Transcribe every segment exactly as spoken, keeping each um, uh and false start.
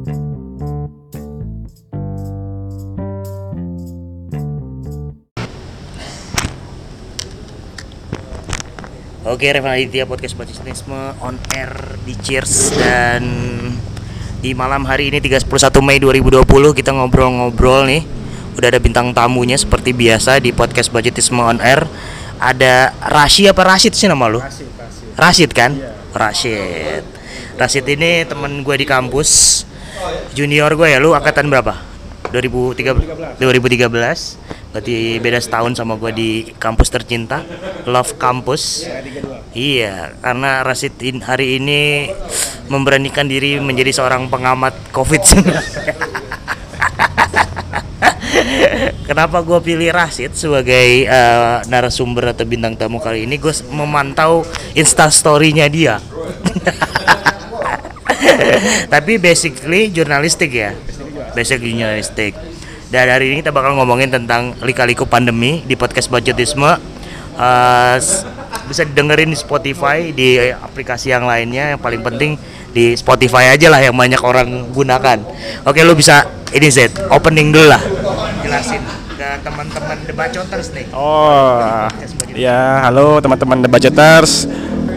Oke, Revan Aditya, podcast Bacisnisme on air di Cheers. Dan di malam hari ini tiga puluh satu Mei dua ribu dua puluh kita ngobrol-ngobrol nih. Udah ada bintang tamunya seperti biasa di podcast Bacisnisme on air. Ada Rashi apa Rashid sih nama lu? Rashid, Rashid. Rashid kan? Iya. Rashid. Rashid ini temen gue di kampus. Junior gue ya, lu angkatan berapa? dua ribu tiga belas. dua ribu tiga belas. Berarti beda setahun sama gue di kampus tercinta, Love Campus. Iya, karena Rashid hari ini memberanikan diri menjadi seorang pengamat covid sembilan belas. Kenapa gue pilih Rashid sebagai uh, narasumber atau bintang tamu kali ini? Gue memantau instastory-nya dia. Tapi basically jurnalistik ya, basic jurnalistik. Dan hari ini kita bakal ngomongin tentang lika-liku pandemi di podcast Bacisnisme. Uh, bisa didengerin di Spotify, di aplikasi yang lainnya. Yang paling penting di Spotify aja lah yang banyak orang gunakan. Oke, lu bisa ini Z, opening dulu lah, jelasin ke teman-teman The Bacoters nih. Oh, ya halo teman-teman The Bacoters.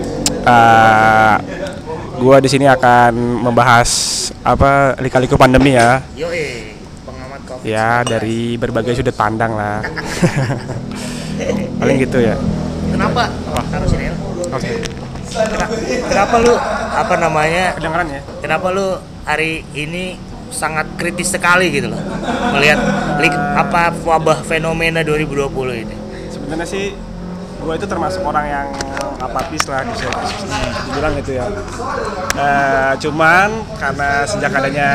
Uh, gua di sini akan membahas apa lika-liku pandemi ya. Yoi, pengamat COVID. Ya dari berbagai sudut pandang lah. Paling gitu ya. Kenapa? Oh. Taruh sini ya. Oke. Kenapa, kenapa lu apa namanya? Kedengeran ya? Kenapa lu hari ini sangat kritis sekali gitu loh melihat lik, apa wabah fenomena dua ribu dua puluh ini? Sebenarnya sih gue itu termasuk orang yang apatis lah bisa dibilang gitu ya. Uh, cuman karena sejak adanya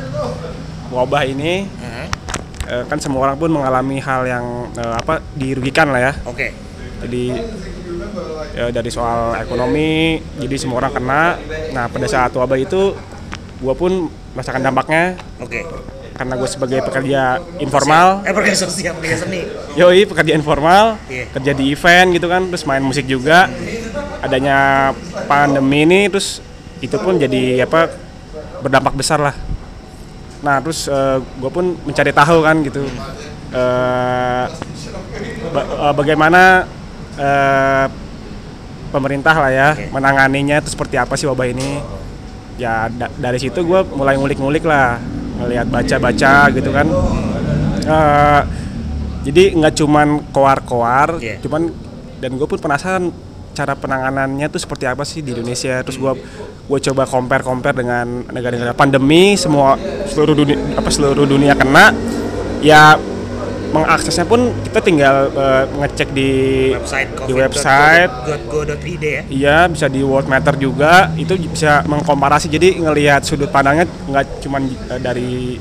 wabah ini, uh-huh. uh, kan semua orang pun mengalami hal yang uh, apa dirugikan lah ya. Oke. Okay. Jadi ya, dari soal ekonomi, jadi semua orang kena. Nah pada saat wabah itu, gue pun merasakan dampaknya. Oke. Okay. Karena gue sebagai pekerja informal. Eh pekerja sosial, pekerja seni. Yoi, pekerja informal, yeah. Kerja di event gitu kan, terus main musik juga. Adanya pandemi ini, terus itu pun jadi apa berdampak besar lah. Nah terus uh, gue pun mencari tahu kan gitu, uh, ba- uh, bagaimana uh, pemerintah lah ya okay. menanganinya itu seperti apa sih wabah ini. Ya da- dari situ gue mulai ngulik-ngulik lah, ngelihat baca-baca gitu kan. Uh, jadi nggak cuman koar-koar, yeah. cuman dan gue pun penasaran cara penanganannya tuh seperti apa sih di Indonesia. Terus gue gue coba compare-compare dengan negara-negara pandemi, semua seluruh dunia apa seluruh dunia kena. Ya mengaksesnya pun kita tinggal uh, ngecek di website di website go dot i d ya. Iya, bisa di World Matter juga. Itu bisa mengkomparasi, jadi ngelihat sudut pandangnya nggak cuma uh, dari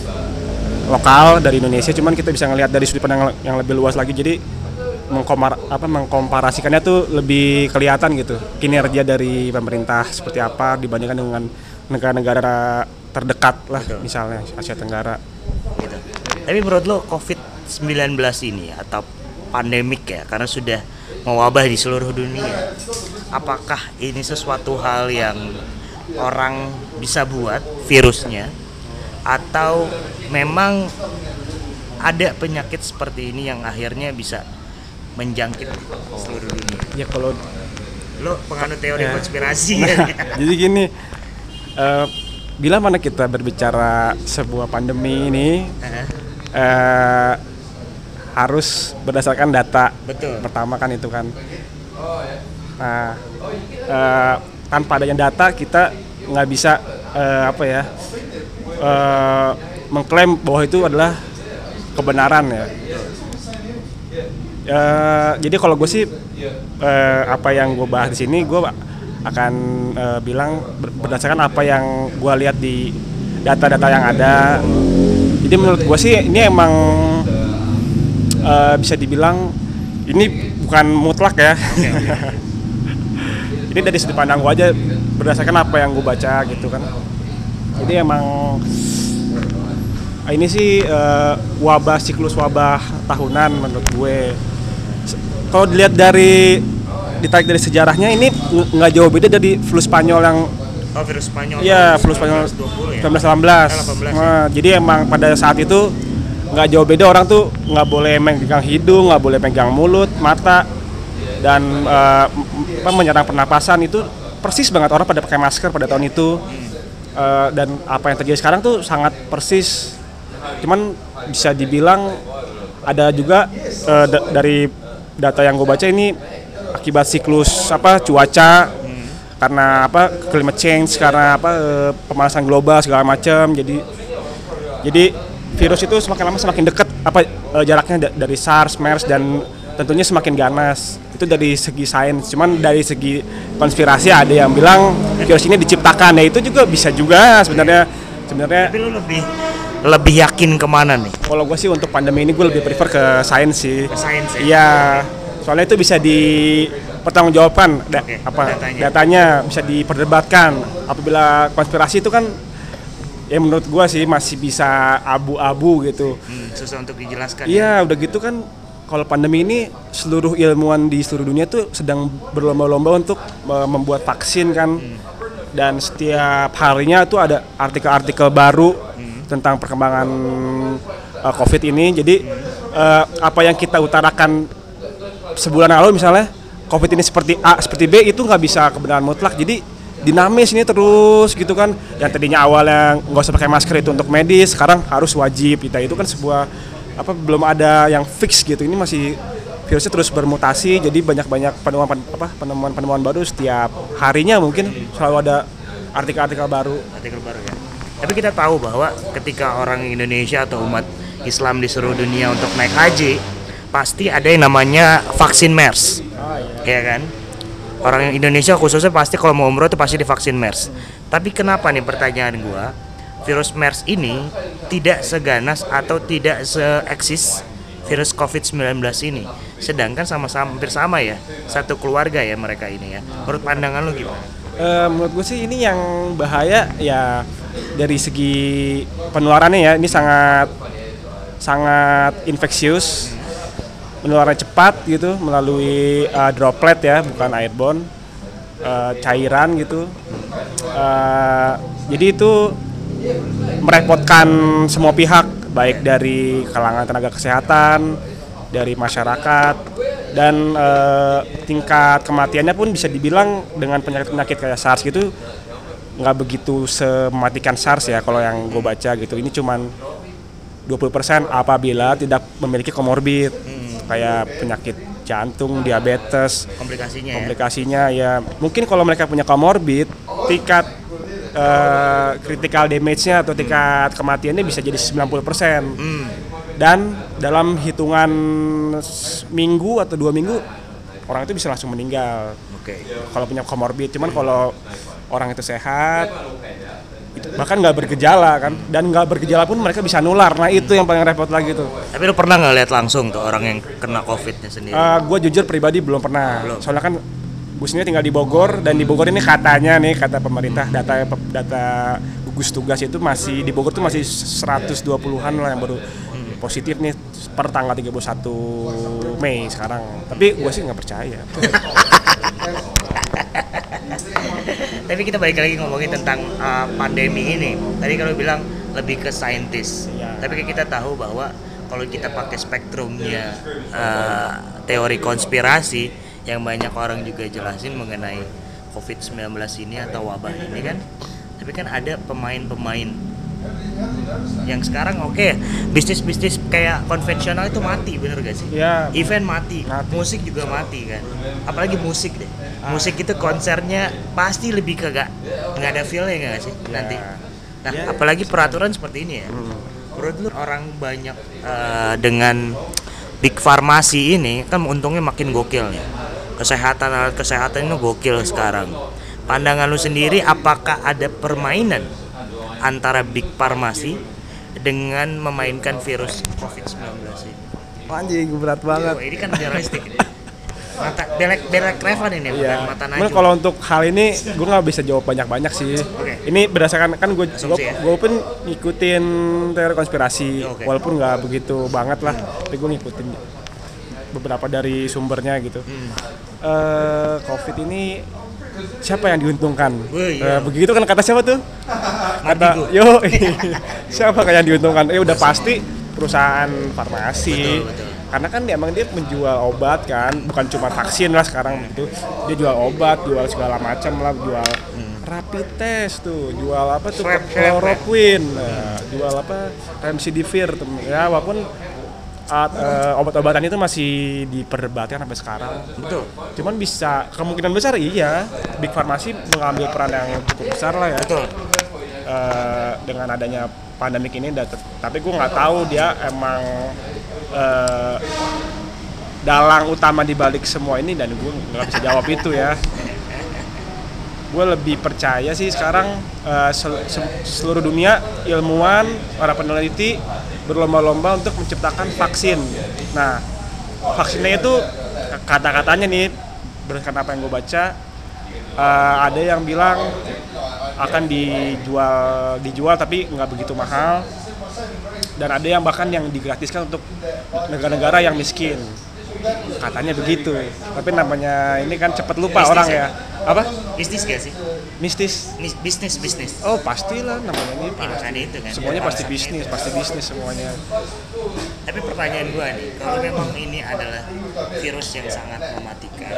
lokal dari Indonesia, cuman kita bisa ngelihat dari sudut pandang yang lebih luas lagi. Jadi mengkompar apa mengkomparasikannya tuh lebih kelihatan gitu kinerja dari pemerintah seperti apa dibandingkan dengan negara-negara terdekat lah. Betul. Misalnya Asia Tenggara gitu. Tapi menurut lo covid sembilan belas ini atau pandemik ya, karena sudah mewabah di seluruh dunia, apakah ini sesuatu hal yang orang bisa buat virusnya, atau memang ada penyakit seperti ini yang akhirnya bisa menjangkit seluruh dunia? Ya kalau lo penganut teori ya. Konspirasi nah, ya? Jadi gini, uh, bila mana kita berbicara sebuah pandemi ini, uh-huh. uh, harus berdasarkan data. Betul. Pertama kan itu kan. Nah, uh, tanpa adanya data kita nggak bisa uh, apa ya uh, mengklaim bahwa itu adalah kebenaran ya. Uh, jadi kalau gue sih uh, apa yang gue bahas di sini gue akan uh, bilang berdasarkan apa yang gue lihat di data-data yang ada. Jadi menurut gue sih ini emang uh, bisa dibilang ini bukan mutlak ya. Okay, okay. Ini dari sudut pandang gue aja berdasarkan apa yang gue baca gitu kan. Jadi emang ini sih uh, wabah siklus wabah tahunan menurut gue. Kalau dilihat dari ditarik dari sejarahnya ini nggak jauh beda dari flu Spanyol yang Oh, virus Spanyol. Iya, flu Spanyol dua puluh ya. seribu sembilan ratus delapan belas. Eh, delapan belas, Nah, ya. jadi emang pada saat itu nggak jauh beda, orang tuh nggak boleh megang hidung, nggak boleh megang mulut, mata, dan uh, m- menyerang pernapasan. Itu persis banget, orang pada pakai masker pada tahun itu. Uh, dan apa yang terjadi sekarang tuh sangat persis. Cuman bisa dibilang ada juga uh, da- dari data yang gue baca ini akibat siklus apa cuaca, hmm. karena apa climate change, karena apa uh, pemanasan global segala macam. Jadi jadi virus itu semakin lama semakin dekat apa uh, jaraknya da- dari SARS, MERS, dan tentunya semakin ganas. Itu dari segi sains. Cuman dari segi konspirasi ada yang bilang virus ini diciptakan. Ya itu juga bisa juga sebenarnya. Sebenarnya. Tapi lu lebih lebih yakin kemana nih? Kalau gue sih untuk pandemi ini gue lebih prefer ke sains sih. Ke sains ya? Iya. Soalnya itu bisa dipertanggungjawabkan da- Oke, apa datanya. datanya bisa diperdebatkan. Apabila konspirasi itu kan ya menurut gue sih masih bisa abu-abu gitu. Hmm, susah untuk dijelaskan. Iya, udah gitu kan kalau pandemi ini seluruh ilmuwan di seluruh dunia tuh sedang berlomba-lomba untuk uh, membuat vaksin kan. Hmm. Dan setiap harinya tuh ada artikel-artikel baru hmm. tentang perkembangan uh, COVID ini. Jadi hmm. uh, apa yang kita utarakan sebulan lalu misalnya COVID ini seperti A, seperti B, itu nggak bisa kebenaran mutlak. Jadi dinamis ini terus gitu kan. Yang tadinya awalnya nggak usah pakai masker itu untuk medis, sekarang harus wajib. Gitu. Itu kan sebuah apa belum ada yang fix gitu. Ini masih virusnya terus bermutasi, jadi banyak-banyak penemuan apa penemuan-penemuan baru setiap harinya, mungkin selalu ada artikel-artikel baru. Artikel baru ya. Tapi kita tahu bahwa ketika orang Indonesia atau umat Islam di seluruh dunia untuk naik haji, pasti ada yang namanya vaksin MERS. Oh, iya. Ya kan? Orang Indonesia khususnya pasti kalau mau umroh itu pasti divaksin MERS. Tapi kenapa nih pertanyaan gua, virus MERS ini tidak seganas atau tidak seeksis virus covid sembilan belas ini, sedangkan sama-sama hampir sama ya, satu keluarga ya mereka ini ya. Menurut pandangan lu gimana? Uh, menurut gue sih ini yang bahaya ya dari segi penularannya ya, ini sangat sangat infeksius, menularnya cepat gitu melalui uh, droplet ya, bukan airborne, uh, cairan gitu. Uh, jadi itu merepotkan semua pihak, baik dari kalangan tenaga kesehatan, dari masyarakat, dan e, tingkat kematiannya pun bisa dibilang dengan penyakit-penyakit kayak SARS gitu nggak begitu sematikan SARS ya kalau yang gue baca gitu. Ini cuman dua puluh persen apabila tidak memiliki komorbid, hmm. kayak penyakit jantung, diabetes, komplikasinya, komplikasinya ya. ya mungkin kalau mereka punya komorbid, tingkat Uh, critical damage-nya atau tingkat kematiannya bisa jadi sembilan puluh persen. Mm. Dan dalam hitungan minggu atau dua minggu orang itu bisa langsung meninggal. Oke. Okay. Kalau punya komorbid, cuman kalau orang itu sehat, itu bahkan nggak bergejala kan, dan nggak bergejala pun mereka bisa nular. Nah itu yang paling repot lagi tuh. Tapi lu pernah nggak lihat langsung tuh orang yang kena COVID-nya sendiri? Uh, gue jujur pribadi belum pernah. Belum. Soalnya kan gue sendiri tinggal di Bogor, dan di Bogor ini katanya nih, kata pemerintah, data data gugus tugas itu masih di Bogor tuh masih seratus dua puluhan lah yang baru positif nih per tanggal tiga puluh satu Mei sekarang. Tapi gue sih nggak percaya. Tapi kita balik lagi ngomongin tentang uh, pandemi ini. Tadi kalau bilang lebih ke saintis, ya. Tapi kita tahu bahwa kalau kita pakai spektrumnya uh, teori konspirasi yang banyak orang juga jelasin mengenai covid sembilan belas ini atau wabah ini kan, tapi kan ada pemain-pemain yang sekarang oke okay, bisnis-bisnis kayak konvensional itu mati, bener gak sih? Ya, event mati, mati, musik juga mati kan, apalagi musik deh, ah. musik itu konsernya pasti lebih kagak nggak ada feel-nya gak sih ya. Nanti, nah ya, apalagi peraturan seperti ini ya, hmm. menurut lu orang banyak uh, dengan big farmasi ini kan untungnya makin gokil ya. Kesehatan, alat kesehatan itu gokil sekarang. Pandangan lu sendiri, apakah ada permainan antara big farmasi dengan memainkan virus covid sembilan belas ini? Anjing, berat banget. Oh, ini kan realistik ini. Mata belek belek Revan ini, ya. Mata najwa. Kalau untuk hal ini gue nggak bisa jawab banyak-banyak sih. Okay. Ini berdasarkan kan gue gue ya? pun ngikutin teori konspirasi, okay. walaupun nggak begitu banget lah, hmm. tapi gue ngikutin beberapa dari sumbernya gitu. Hmm. Uh, COVID ini siapa yang diuntungkan? Wah, iya. Uh, begitu kan kata siapa tuh? Kata yo siapa yang diuntungkan? Eh udah pasti perusahaan farmasi. Betul, betul. Karena kan dia, emang dia menjual obat kan, bukan cuma vaksin lah sekarang gitu. Dia jual obat, jual segala macam lah, jual hmm. rapid test tuh, jual apa tuh chloroquine, nah, jual apa remdesivir tuh. Ya walaupun uh, uh, obat-obatan itu masih diperdebatkan sampai sekarang. Betul. Cuman bisa kemungkinan besar iya, Big Pharmacy mengambil peran yang cukup besar lah ya. Betul. Uh, dengan adanya pandemik ini, tapi gue nggak tahu dia emang uh, dalang utama di balik semua ini, dan gue nggak bisa jawab itu ya. Gue lebih percaya sih sekarang uh, sel- seluruh dunia ilmuwan, para peneliti berlomba-lomba untuk menciptakan vaksin. Nah, vaksinnya itu kata-katanya nih berdasarkan apa yang gue baca, uh, ada yang bilang akan dijual dijual tapi nggak begitu mahal, dan ada yang bahkan yang digratiskan untuk negara-negara yang miskin, katanya begitu. Tapi namanya ini kan cepet lupa bisnis orang ya, ya. Apa? Bisnis gak sih? Mistis? Nis- bisnis bisnis. Oh pastilah namanya ini. Pasti. Itu kan. Semuanya ya, pasti bisnis, itu. pasti bisnis semuanya. Tapi pertanyaan gua nih, kalau memang ini adalah virus yang sangat mematikan,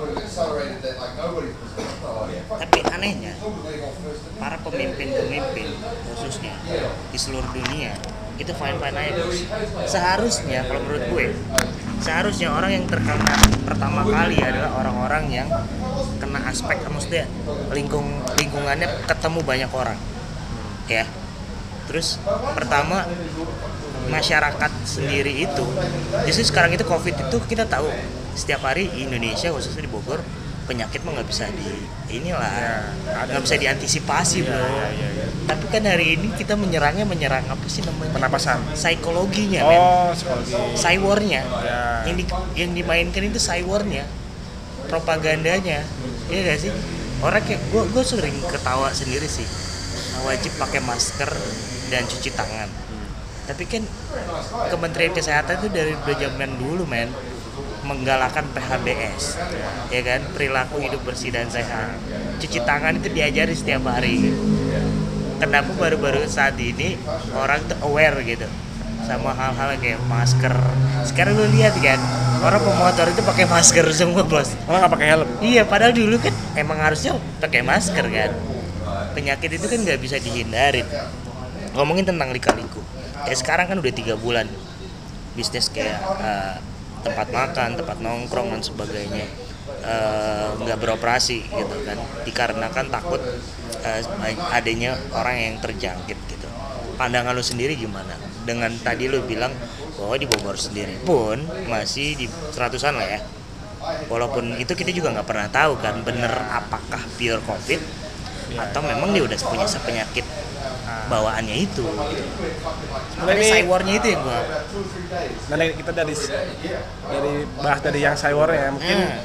tapi anehnya para pemimpin-pemimpin khususnya di seluruh dunia itu fine-fine aja. Seharusnya kalau menurut gue, seharusnya orang yang terkena pertama kali adalah orang-orang yang kena aspek, maksudnya lingkung lingkungannya ketemu banyak orang, ya. Terus pertama masyarakat sendiri itu, justru sekarang itu COVID itu kita tahu setiap hari di Indonesia khususnya di Bogor penyakit mah nggak bisa di inilah nggak ya, bisa diantisipasi bro. Ya, ya, ya, ya. Tapi kan hari ini kita menyerangnya menyerang apa sih namanya? Penapasan. Psikologinya, oh, men. psikologi. Cywarnya. Ya. Yang di, yang dimainkan itu cywarnya, propagandanya, iya gak sih? Orang kayak gue gue sering ketawa sendiri sih. Wajib pakai masker dan cuci tangan. Hmm. Tapi kan Kementerian Kesehatan itu dari zaman dulu, men, menggalakkan P H B S, ya kan, perilaku hidup bersih dan sehat. Cuci tangan itu diajari setiap hari. Kenapa baru-baru saat ini orang tuh aware gitu sama hal-hal kayak masker? Sekarang lu lihat kan, orang pemotor itu pakai masker semua, bos. Orang nggak pakai helm. Iya, padahal dulu kan emang harusnya pakai masker kan. Penyakit itu kan nggak bisa dihindarin. Ngomongin tentang lika-liku, ya sekarang kan udah tiga bulan bisnis kayak uh, tempat makan, tempat nongkrong dan sebagainya nggak uh, beroperasi gitu kan, dikarenakan takut uh, adanya orang yang terjangkit gitu. Pandangan lu sendiri gimana? Dengan tadi lu bilang bahwa di Bogor sendiri pun masih di seratusan lah ya. Walaupun itu kita juga nggak pernah tahu kan bener apakah pure COVID atau memang dia udah punya penyakit bawaannya itu. Sebenarnya cywarnya itu ya gua. Nah, kita dari dari bahas dari yang cywar ya, mungkin hmm.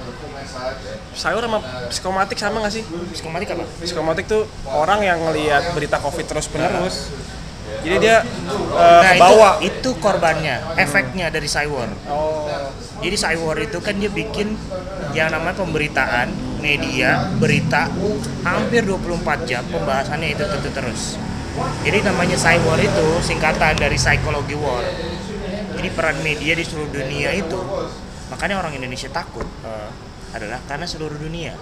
cywar sama psikomatik sama nggak sih? Psikomatik apa? Psikomatik tuh orang yang ngelihat berita COVID terus menerus, jadi dia uh, nah, kebawa. Itu, itu korbannya, efeknya dari cywar. Oh. Jadi cywar itu kan dia bikin yang namanya pemberitaan, media, berita hampir dua puluh empat jam pembahasannya itu terus. Jadi namanya cywar itu singkatan dari psychology war. Jadi peran media di seluruh dunia itu, makanya orang Indonesia takut uh, adalah karena seluruh dunia.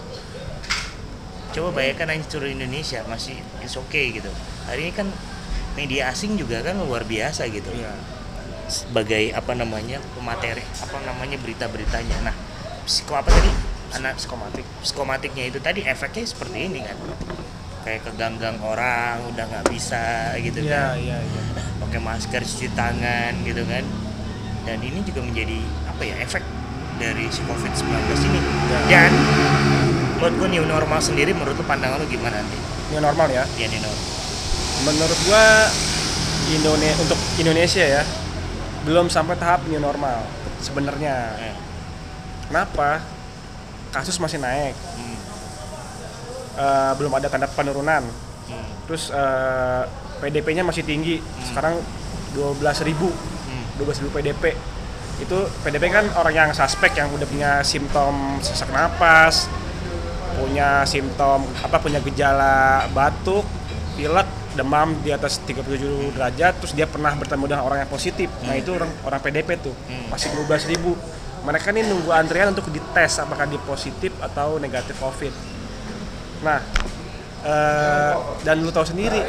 Coba bayangkan aja seluruh Indonesia masih it's okay gitu. Hari ini kan media asing juga kan luar biasa gitu. Iya. Sebagai apa namanya pemateri, apa namanya berita-beritanya. Nah, psiko apa tadi? Anak psikomatik. Psikomatiknya itu tadi efeknya seperti ini kan. Kayak keganggang orang, udah nggak bisa gitu ya, kan. Iya, iya, iya. Pakai masker, cuci tangan gitu kan. Dan ini juga menjadi apa ya, efek dari si covid sembilan belas ini. Ya. Dan menurut gue new normal sendiri, menurut lu pandangan lu gimana nanti? New normal ya? Iya, new normal. Menurut gua Indonesia, untuk Indonesia ya, belum sampai tahap new normal sebenarnya. Eh. Kenapa? Kasus masih naik. Hmm. Uh, belum ada tanda penurunan. Hmm. Terus uh, P D P-nya masih tinggi. Hmm. Sekarang dua belas ribu. Hmm. dua belas ribu P D P. Itu P D P kan orang yang suspek, yang udah punya simptom sesak napas, punya simptom apa punya gejala batuk, pilek, demam di atas tiga puluh tujuh derajat, terus dia pernah bertemu dengan orang yang positif. Hmm. Nah itu orang orang P D P tuh, hmm. masih dua belas ribu. Mereka nih nunggu antrian untuk dites apakah dia positif atau negatif COVID. Nah, uh, dan lu tahu sendiri,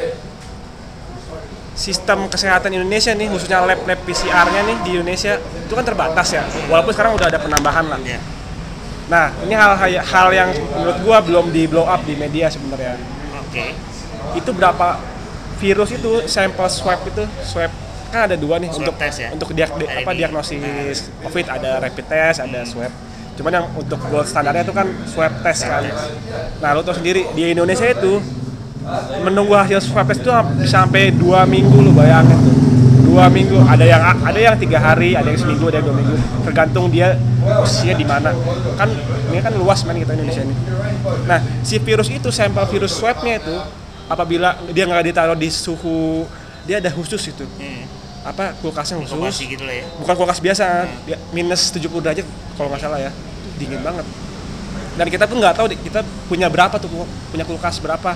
sistem kesehatan Indonesia nih, khususnya lab-lab P C R-nya nih di Indonesia itu kan terbatas ya. Walaupun sekarang udah ada penambahan lah. Yeah. Nah, ini hal hal yang menurut gua belum di blow up di media sebenarnya. Oke. Okay. Itu berapa virus itu sampel swab itu swab kan ada dua nih swab untuk test ya? Untuk dia, di, apa diagnosis COVID ada rapid test, ada swab. Cuman yang untuk gold standarnya itu kan swab test kan. Nah, lu tau sendiri di Indonesia itu menunggu hasil swab test itu bisa sampai dua minggu lu bayangin tuh. Dua minggu, ada yang ada yang tiga hari, ada yang seminggu, ada yang dua minggu, tergantung dia posisinya di mana. Kan ini kan luas man kita Indonesia ini. Nah, si virus itu sampel virus swabnya itu apabila dia nggak ditaruh di suhu, dia ada khusus itu. Hmm. Apa kulkasnya khusus? Gitu lah ya. Bukan kulkas biasa, hmm. minus tujuh puluh derajat kalau nggak salah ya, dingin banget. Dan kita pun nggak tahu kita punya berapa tuh, punya kulkas berapa.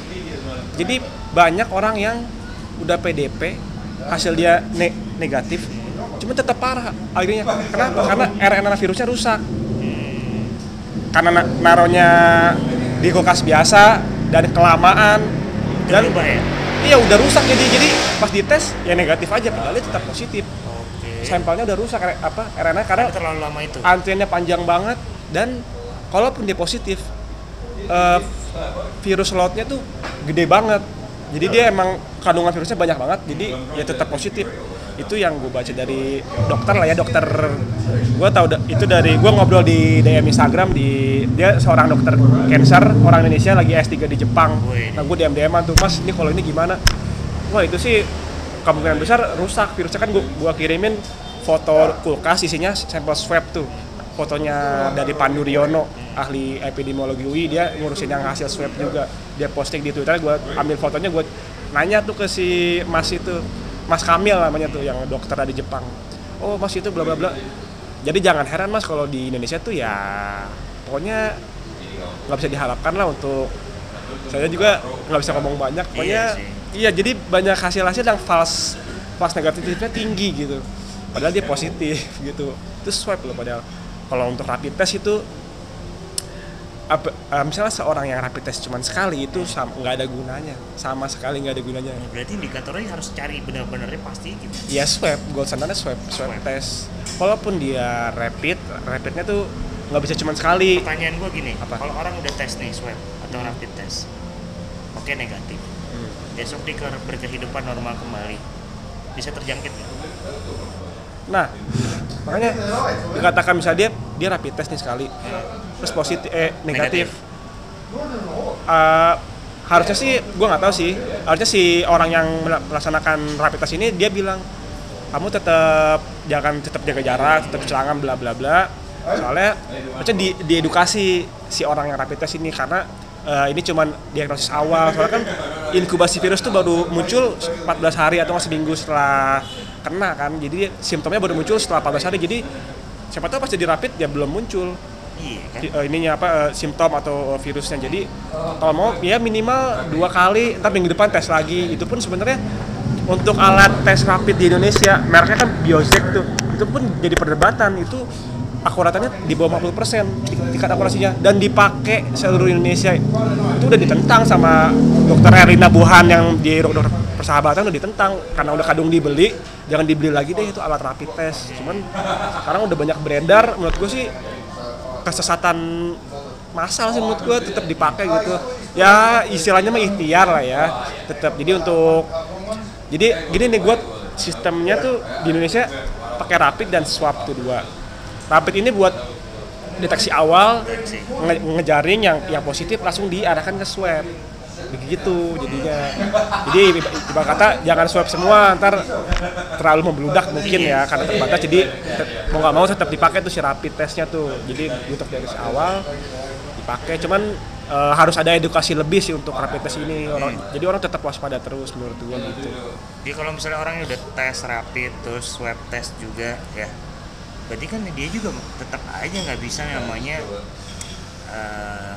Jadi banyak orang yang udah P D P, hasil dia ne- negatif, cuma tetap parah akhirnya. Kenapa? Karena R N A virusnya rusak. Hmm. Karena na- naronya di kulkas biasa dan kelamaan dan ya? Iya udah rusak jadi jadi pas dites ya negatif aja padahal dia tetap positif. Okay. Sampelnya udah rusak apa R N A karena terlalu lama itu. Antriannya panjang banget dan kalaupun dia positif uh, virus loadnya tuh gede banget. Jadi dia emang kandungan virusnya banyak banget jadi ya tetap positif. Itu yang gue baca dari dokter lah ya, dokter gue tahu itu dari gue ngobrol di D M Instagram di dia seorang dokter cancer orang Indonesia lagi S tiga di Jepang. Nah gue D M D M-an tuh, Mas ini kalau ini gimana? Wah itu sih kemungkinan besar rusak virusnya. Kan gue gue kirimin foto kulkas isinya sampel swab tuh, fotonya dari Pandu Riono ahli epidemiologi U I, dia ngurusin yang hasil swab juga, dia posting di Twitter. Gue ambil fotonya, gue nanya tuh ke si Mas itu, Mas Kamil namanya tuh yang dokter dari Jepang. Oh Mas itu bla bla bla. Jadi jangan heran Mas kalau di Indonesia tuh ya pokoknya nggak bisa diharapkan lah untuk, saya juga nggak bisa ngomong banyak. Pokoknya iya, iya jadi banyak hasil-hasil yang false false negatifnya tinggi gitu. Padahal dia positif gitu. Itu swab loh padahal. Kalau untuk rapid test itu apa, uh, misalnya seorang yang rapid test cuma sekali itu nggak ada gunanya, sama sekali nggak ada gunanya. Berarti indikatornya harus cari benar-benarnya pasti gitu. Ya swab, gold standardnya swab, swab, swab test. Walaupun dia rapid, rapidnya tuh nggak bisa cuma sekali. Pertanyaan gua gini, apa? Kalau orang udah tes nih swab atau rapid test, oke okay, negatif, hmm. besok dia berkehidupan normal kembali, bisa terjangkit nggak? Nah, makanya dikatakan misalnya dia dia rapid test nih sekali, hmm. terus positif eh negatif, negatif. Uh, harusnya sih gue nggak tahu sih, harusnya si orang yang melaksanakan rapid test ini dia bilang kamu tetap jangan tetap jaga jarak, tetap cuci tangan bla bla bla. Soalnya harusnya di diedukasi si orang yang rapid test ini karena uh, ini cuman diagnosis awal. Soalnya kan inkubasi virus tuh baru muncul empat belas hari atau seminggu setelah kena kan, jadi simptomnya baru muncul setelah empat belas hari. Jadi siapa tahu pas jadi rapid ya belum muncul iya, kan? uh, ininya apa uh, simptom atau uh, virusnya. Jadi kalau mau ya minimal dua kali, ntar minggu depan tes lagi. Itu pun sebenarnya untuk alat tes rapid di Indonesia mereknya kan Biosec tuh, itu pun jadi perdebatan. Itu akuratannya di bawah lima puluh persen tingkat akurasinya dan dipakai seluruh Indonesia. Itu udah ditentang sama dokter Erlina Buhan yang di dokter persahabatan, udah ditentang karena udah kadung dibeli, jangan dibeli lagi deh itu alat rapid test. Cuman sekarang udah banyak beredar, menurut gue sih kesesatan massal sih menurut gue, tetap dipakai gitu. Ya istilahnya mah ikhtiar lah ya, tetap. Jadi untuk jadi gini nih, gue sistemnya tuh di Indonesia pakai rapid dan swab tuh dua. Rapid ini buat deteksi awal, nge- ngejaring yang yang positif langsung diarahkan ke swab. Begitu jadinya. Jadi ibarat kata jangan swab semua, ntar terlalu membludak mungkin ya karena terbatas. Jadi mau nggak mau tetap dipakai tuh si rapid testnya tuh. Jadi untuk dari awal dipakai. Cuman e, harus ada edukasi lebih sih untuk rapid test ini. Orang, hmm. Jadi orang tetap waspada terus menurut gua gitu. Jadi kalau misalnya orang udah tes rapid terus swab test juga ya, berarti kan dia juga tetap aja nggak bisa namanya uh,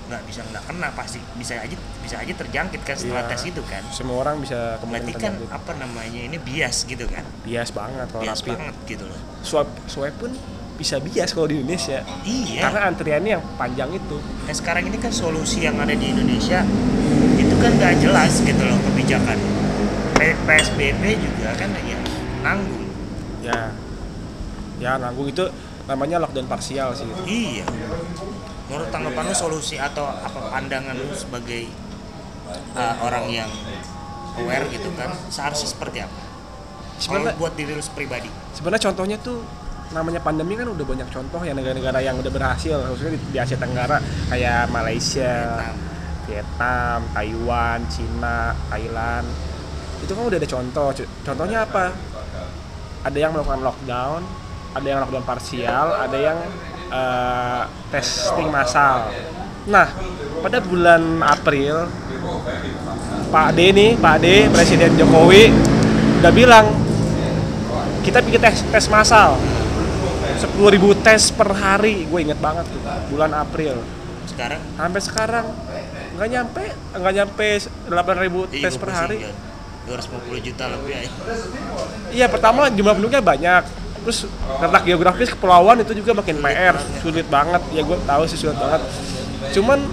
nggak bisa nggak kena, pasti bisa aja bisa aja terjangkit kan setelah Iya. tes itu kan. Semua orang bisa kemungkinan Berarti kan terjangkit. apa namanya ini bias gitu kan, Bias banget kalau bias rapid. banget gitu loh. Swab swab pun bisa bias kalau di Indonesia. Iya. Karena antriannya yang panjang itu. Nah sekarang ini kan solusi yang ada di Indonesia itu kan nggak jelas gitu loh kebijakan. P- PSBB juga kan ya nanggung. Ya. Ya, nanggung itu namanya lockdown parsial sih. Iya. Menurut tanggapan lu solusi atau apa pandangan lu sebagai uh, orang yang aware gitu kan seharusnya seperti apa? Kalau Sebenarnya buat diri lu pribadi. sebenarnya contohnya tuh namanya pandemi kan udah banyak contoh ya negara-negara yang udah berhasil khususnya di, di Asia Tenggara kayak Malaysia, Vietnam. Vietnam, Taiwan, Cina, Thailand. Itu kan udah ada contoh. Contohnya apa? Ada yang melakukan lockdown, ada yang lockdown parsial, ada yang uh, testing massal. Nah, pada bulan April Pak D nih, Pak D, Presiden Jokowi udah bilang kita bikin tes tes massal sepuluh ribu tes per hari, gue inget banget tuh bulan April. Sekarang Sampai sekarang nggak nyampe nggak nyampe delapan ribu tes per hari. dua ratus lima puluh juta lebih aja. Iya, pertama jumlah penduduknya banyak. Terus letak geografis kepulauan itu juga makin P R, sulit banget. Ya gue tahu sih sulit banget. Cuman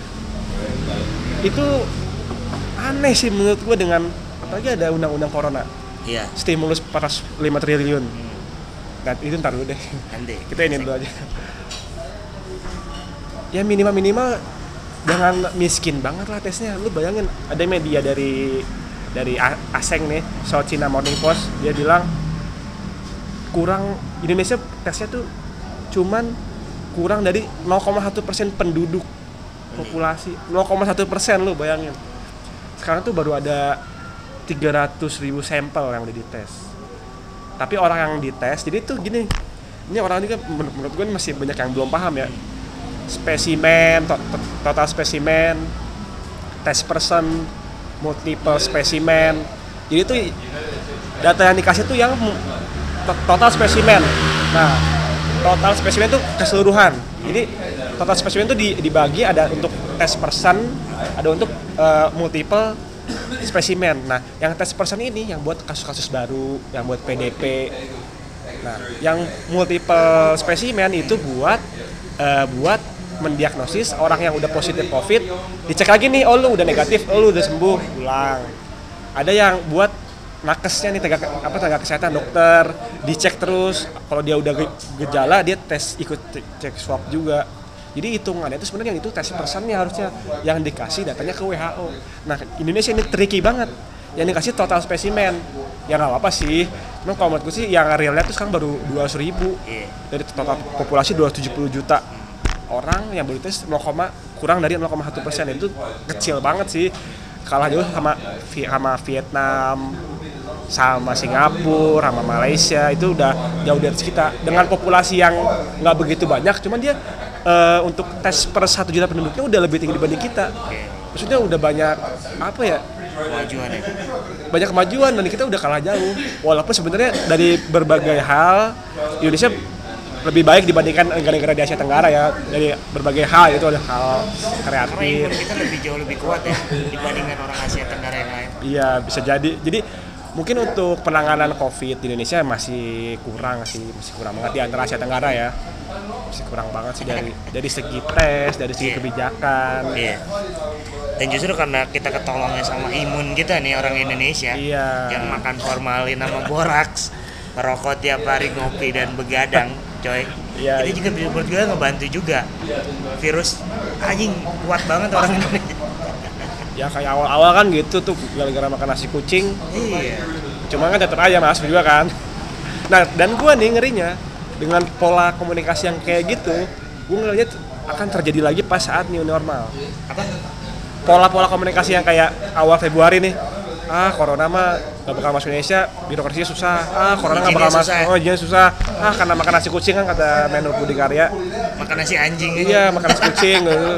itu aneh sih menurut gue dengan apalagi ada undang-undang corona. Iya. Stimulus empat ratus lima triliun. Dan itu ntar dulu deh. Nanti. Kita ini dulu aja. Ya minimal-minimal jangan miskin banget lah tesnya. Lu bayangin ada media dari dari A- Aseng nih, South China Morning Post, dia bilang kurang Indonesia tesnya tuh cuman kurang dari nol koma satu persen penduduk populasi. nol koma satu persen lu bayangin. Sekarang tuh baru ada tiga ratus ribu sampel yang udah dites. Tapi orang yang dites, jadi tuh gini, ini orang juga menur- menurut gue masih banyak yang belum paham ya. Spesimen, to- to- total spesimen, test person, multiple spesimen. Jadi tuh data yang dikasih tuh yang mu- to- total spesimen. Nah, total spesimen tuh keseluruhan. Jadi total spesimen tuh di- dibagi ada untuk test person, ada untuk uh, multiple spesimen. Nah, yang tes person ini yang buat kasus-kasus baru, yang buat P D P. Nah, yang multiple spesimen itu buat uh, buat mendiagnosis orang yang udah positif COVID, dicek lagi nih, oh lu udah negatif, oh lu udah sembuh, pulang. Ada yang buat nakesnya nih tenaga apa tenaga kesehatan, dokter, dicek terus. Kalau dia udah ge- gejala, dia tes ikut cek swab juga. Jadi hitungannya itu sebenarnya yang itu tes personnya harusnya yang dikasih datanya ke W H O. Nah, Indonesia ini tricky banget. Yang dikasih total spesimen. Ya nggak apa-apa sih. Cuman kalau menurut gue sih yang realnya tuh sekarang baru dua ratus ribu. Iya. Dari total populasi dua ratus tujuh puluh juta. Orang yang baru tes nol, kurang dari nol koma satu persen, itu kecil banget sih. Kalah jauh sama sama Vietnam, sama Singapura, sama Malaysia, itu udah jauh dari kita dengan populasi yang nggak begitu banyak, cuman dia uh, untuk tes per satu juta penduduknya udah lebih tinggi dibanding kita. Maksudnya udah banyak apa ya? Kemajuan ya. Banyak kemajuan dan kita udah kalah jauh. Walaupun sebenarnya dari berbagai hal Indonesia lebih baik dibandingkan negara-negara di Asia Tenggara ya, dari berbagai hal itu ada hal Karena kreatif. imun kita lebih jauh lebih kuat ya dibandingkan orang Asia Tenggara yang lain. Iya, bisa jadi. Jadi mungkin untuk penanganan COVID di Indonesia masih kurang sih, masih kurang banget di antara Asia Tenggara ya. Masih kurang banget sih dari dari segi tes, dari segi Iya. kebijakan. Iya. Dan justru karena kita ketolongnya sama imun kita nih orang Indonesia, Iya. yang makan formalin sama boraks, merokok tiap hari, ngopi dan begadang, coy. Iya, Itu juga menurut gue ngebantu juga. Virus anjing kuat banget orang Indonesia. Ya kayak awal-awal kan gitu tuh gara-gara makan nasi kucing. Iya. Cuma kan tetap aja masuk juga kan. Nah, dan gua nih ngerinya dengan pola komunikasi yang kayak gitu, gua ngeliat akan terjadi lagi pas saat new normal. Apa? Pola-pola komunikasi yang kayak awal Februari nih. Ah, corona mah gak bakal masuk Indonesia, birokrasinya susah. Ah, corona gak bakal Izinnya masuk, susah. oh izinnya susah. Ah, karena makan nasi kucing kan kata Menlu Budi Karya. Makan nasi anjing gitu. Iya, makan nasi kucing gitu.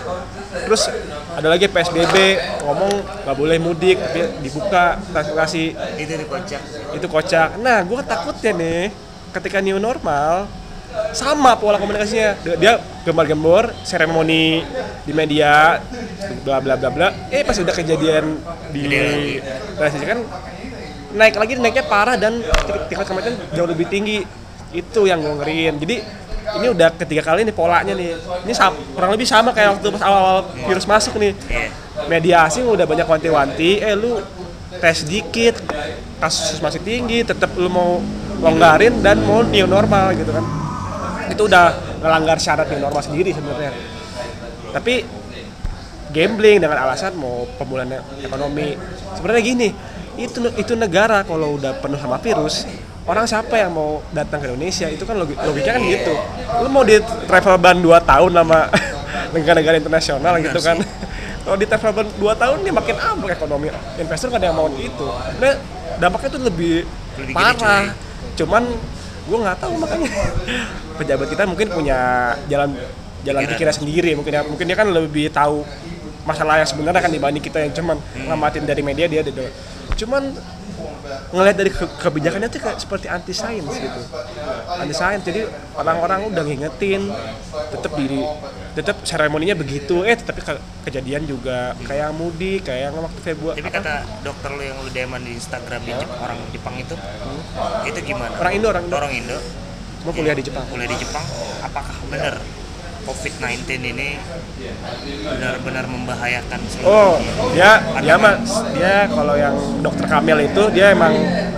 Terus ada lagi P S B B, ngomong gak boleh mudik, tapi dibuka transportasi. Itu dikocak. Itu kocak. Nah, gue takutnya nih ketika new normal sama pola komunikasinya. Dia, dia gembar-gembor seremoni di media bla bla bla bla. Eh pas udah kejadian di Indonesia kan naik lagi, naiknya parah dan tingkat kematian jauh lebih tinggi. Itu yang gue ngeriin. Jadi ini udah ketiga kali nih polanya nih. Ini sama, kurang lebih sama kayak waktu pas awal-awal virus masuk nih. Media asing udah banyak wanti-wanti, eh lu tes dikit, kasus masih tinggi, tetap lu mau longgarin dan mau new normal gitu kan. Itu udah ngelanggar syarat new normal sendiri sebenarnya. Tapi gambling dengan alasan mau pemulihan ekonomi. Sebenarnya gini, itu itu negara kalau udah penuh sama virus, orang siapa yang mau datang ke Indonesia? Itu kan logikanya kan gitu. Lu mau di travel ban dua tahun sama negara-negara internasional gitu kan. Kalau di travel ban dua tahun nih makin ambruk ekonomi. Investor kan ada yang mau itu. Nah, dampaknya tuh lebih, lebih parah. Cuman gue nggak tahu makanya pejabat kita mungkin punya jalan jalan pikirnya sendiri. Mungkin ya, mungkin dia kan lebih tahu masalah yang sebenarnya kan dibanding kita yang cuman hmm. ngamatin dari media dia dia. Cuman ngelihat dari ke- kebijakannya tuh kayak seperti anti sains gitu, anti sains. Jadi orang-orang udah ngingetin, tetap diri, tetap seremoninya begitu, eh tapi ke- kejadian juga kayak mudik, kayak waktu Februari. Tapi kata dokter lu yang lu D M-an di Instagram di Jep- orang Jepang itu, hmm. itu gimana? Orang Indo, orang Indo. Orang Indo. Mau kuliah di Jepang. Kuliah di Jepang, apakah benar covid sembilan belas ini benar-benar membahayakan seluruh Oh, dia Ada dia mah dia kalau yang dokter Kamil itu dia emang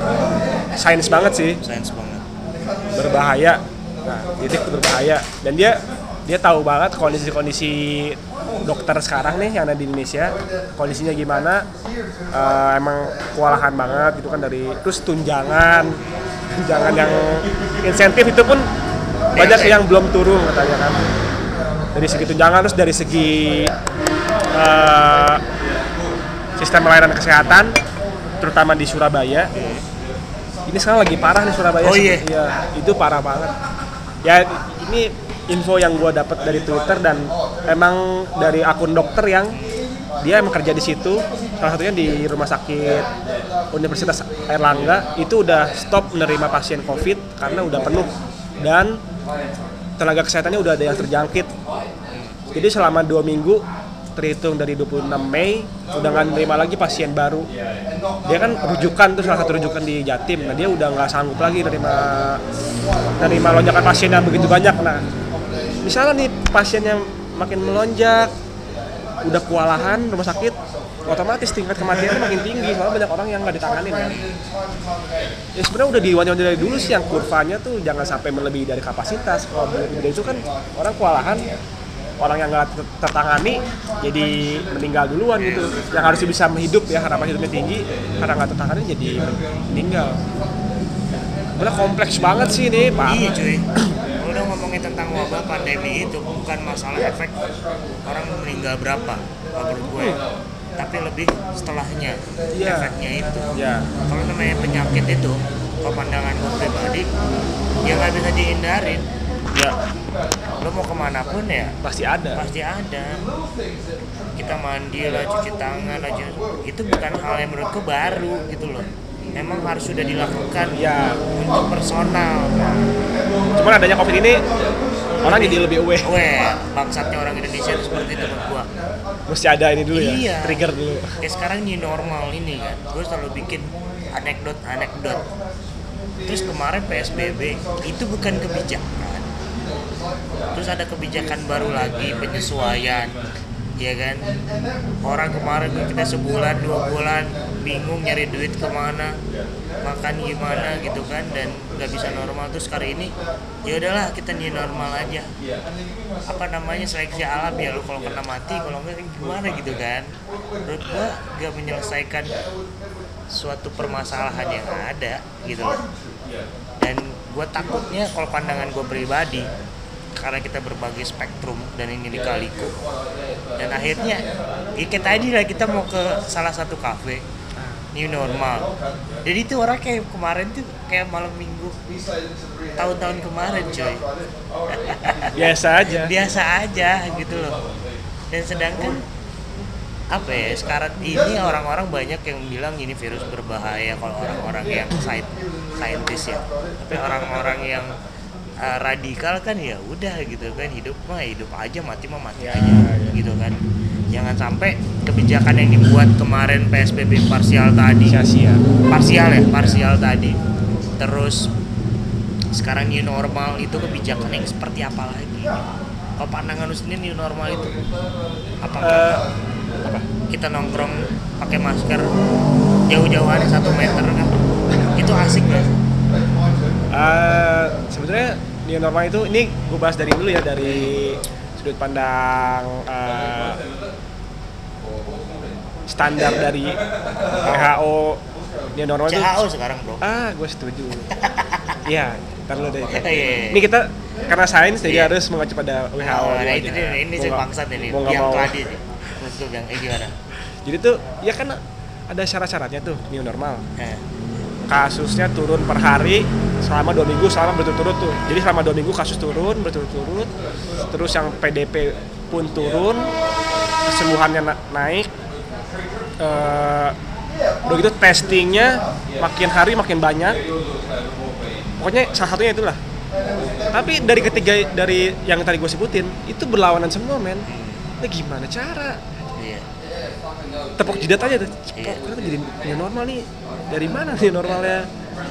sains banget sih. Sains banget. Berbahaya. Nah, jadi berbahaya dan dia dia tahu banget kondisi-kondisi dokter sekarang nih yang ada di Indonesia, kondisinya gimana. Uh, emang kewalahan banget gitu kan, dari terus tunjangan tunjangan yang insentif itu pun banyak yang belum turun katanya kan. Dari segi tunjangan, terus dari segi uh, sistem layanan kesehatan terutama di Surabaya. Ini sekarang lagi parah nih Surabaya. Oh iya. Iya, itu parah banget. Ya ini info yang gue dapat dari Twitter dan emang dari akun dokter yang dia emang kerja di situ. Salah satunya di Rumah Sakit Universitas Airlangga itu udah stop menerima pasien COVID karena udah penuh dan tenaga kesehatannya udah ada yang terjangkit. Jadi selama dua minggu terhitung dari dua puluh enam Mei udah nggak nerima lagi pasien baru. Dia kan rujukan tuh, salah satu rujukan di Jatim. Nah dia udah nggak sanggup lagi nerima nerima lonjakan pasien yang begitu banyak. Nah misalnya nih pasiennya makin melonjak, udah kewalahan rumah sakit, otomatis tingkat kematiannya makin tinggi soalnya banyak orang yang nggak ditanganin kan. Ya sebenarnya udah diwanti-wanti dari dulu sih yang kurvanya tuh jangan sampai melebihi dari kapasitas. Kalau lebih dari itu kan orang kewalahan, orang yang nggak tertangani jadi meninggal duluan gitu. Yang harusnya bisa hidup ya, harapan hidupnya tinggi, karena nggak tertangani jadi meninggal. Bener kompleks banget sih ini Pak. Iya cuy. Udah ngomongin tentang wabah pandemi itu bukan masalah efek orang meninggal berapa menurut gue, tapi lebih setelahnya, yeah. efeknya itu. Yeah. Kalau namanya penyakit itu, kalau pandangan gue pribadi, ya nggak bisa dihindarin. Ya. Lo mau kemana pun ya pasti ada. Pasti ada. Kita mandi lah, cuci tangan aja. Itu bukan hal yang menurutku baru gitu loh. Memang harus sudah dilakukan ya untuk personal. Cuman adanya COVID ini orang jadi lebih aware. Aware, bangsatnya orang Indonesia itu seperti itu menurut gua. Mesti ada ini dulu ya, iya. Trigger dulu. Kayak sekarang new normal ini kan, gue selalu bikin anekdot-anekdot. Terus kemarin P S B B itu bukan kebijakan. Terus ada kebijakan baru lagi, penyesuaian. Ya kan, orang kemarin kita sebulan dua bulan bingung nyari duit kemana, makan gimana gitu kan, dan nggak bisa normal. Terus kali ini ya udahlah kita new normal aja, apa namanya, seleksi alam ya, lu kalau kena mati, kalau enggak gimana gitu kan. Menurut gua nggak menyelesaikan suatu permasalahan yang ada gitu loh. Dan gua takutnya kalau pandangan gua pribadi, karena kita berbagi spektrum dan ini lika-liku, dan akhirnya ya kayak tadi lah kita mau ke salah satu kafe new normal, jadi itu orang kayak kemarin tuh kayak malam minggu tahun-tahun kemarin coy. biasa aja biasa aja gitu loh. Dan sedangkan apa ya, sekarang ini orang-orang banyak yang bilang ini virus berbahaya kalau orang-orang yang saintis ya, tapi orang-orang yang uh, radikal kan ya udah gitu kan, hidup mah hidup aja, mati mah mati Ya, aja ya. gitu kan. Jangan sampai kebijakan yang dibuat kemarin P S B B parsial tadi, sia-sia. parsial ya, parsial tadi. Terus sekarang new normal itu kebijakan yang seperti apa lagi? Kalau pandangan lu sendiri new normal itu apakah Eh, apa? kita nongkrong pakai masker jauh-jauhan satu meter kan? Itu asik nggak? Eh, sebenarnya new normal itu, ini gue bahas dari dulu ya, dari sudut pandang eh, standar dari W H O. New normal C itu H O sekarang bro. ah gue setuju. Iya, ntar lu deh. Iya, iya. Ini kita karena sains jadi Iya. harus mengacu pada W H O. Oh, dulu nah aja. itu dia, ini Mau saya nggak- bangsat ini, mau nggak yang mau. tadi nih. Terus gue bilang, eh gimana? Jadi tuh ya kan ada syarat-syaratnya tuh new normal. Eh, Kasusnya turun per hari selama dua minggu selama berturut-turut tuh. Jadi selama dua minggu kasus turun berturut-turut. Terus yang P D P pun turun, kesembuhannya na- naik. Eh, udah gitu testingnya makin hari makin banyak. Pokoknya salah satunya itulah. Tapi dari ketiga dari yang tadi gue sebutin itu berlawanan semua men. Nah, gimana cara? iya. Tepuk jidat aja tuh. Iya. Kok kita jadi new normal nih? Dari mana nih normalnya?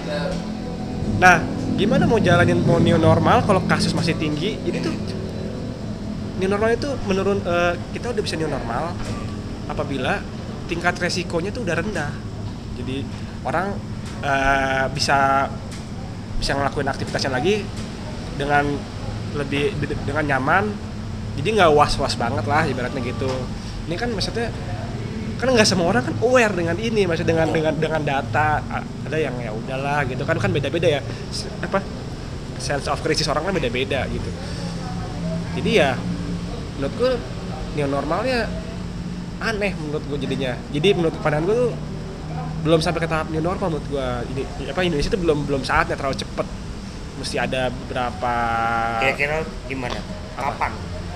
Nah, gimana mau jalanin mau new normal kalau kasus masih tinggi? Jadi tuh new normal itu menurun, eh, kita udah bisa new normal apabila tingkat resikonya tuh udah rendah. Jadi orang eh, bisa bisa ngelakuin aktivitasnya lagi dengan lebih de- dengan nyaman. Jadi nggak was-was banget lah ibaratnya gitu. Ini kan maksudnya kan nggak semua orang kan aware dengan ini, maksudnya dengan dengan dengan data. A- ada yang ya udahlah gitu kan, kan beda-beda ya. S- apa sense of crisis orang kan beda-beda gitu. Jadi ya menurut gue new normalnya aneh menurut gue jadinya. Jadi menurut pandangan gue tuh belum sampai ke tahap new normal menurut gue. Ini apa Indonesia tuh belum belum saatnya, terlalu cepet. Mesti ada beberapa Kira-kira gimana? Kapan?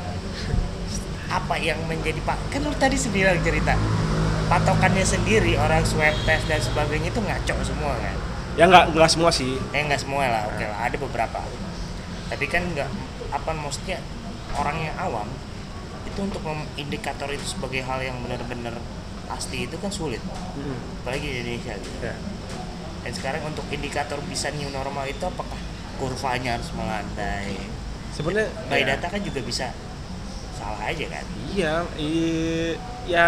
Apa yang menjadi pak? Kan lu tadi sendiri cerita patokannya sendiri, orang swab test dan sebagainya itu ngaco semua kan? ya nggak nggak semua sih. Eh nggak semua lah, oke lah, ada beberapa. Tapi kan nggak, apa maksudnya orang yang awam itu untuk mengindikator itu sebagai hal yang benar-benar pasti itu kan sulit, Mm-mm. apalagi di Indonesia gitu. Ya. Dan sekarang untuk indikator bisa new normal itu apakah kurvanya harus melandai? Sebenarnya By ya, data kan juga bisa salah aja kan? iya, i- ya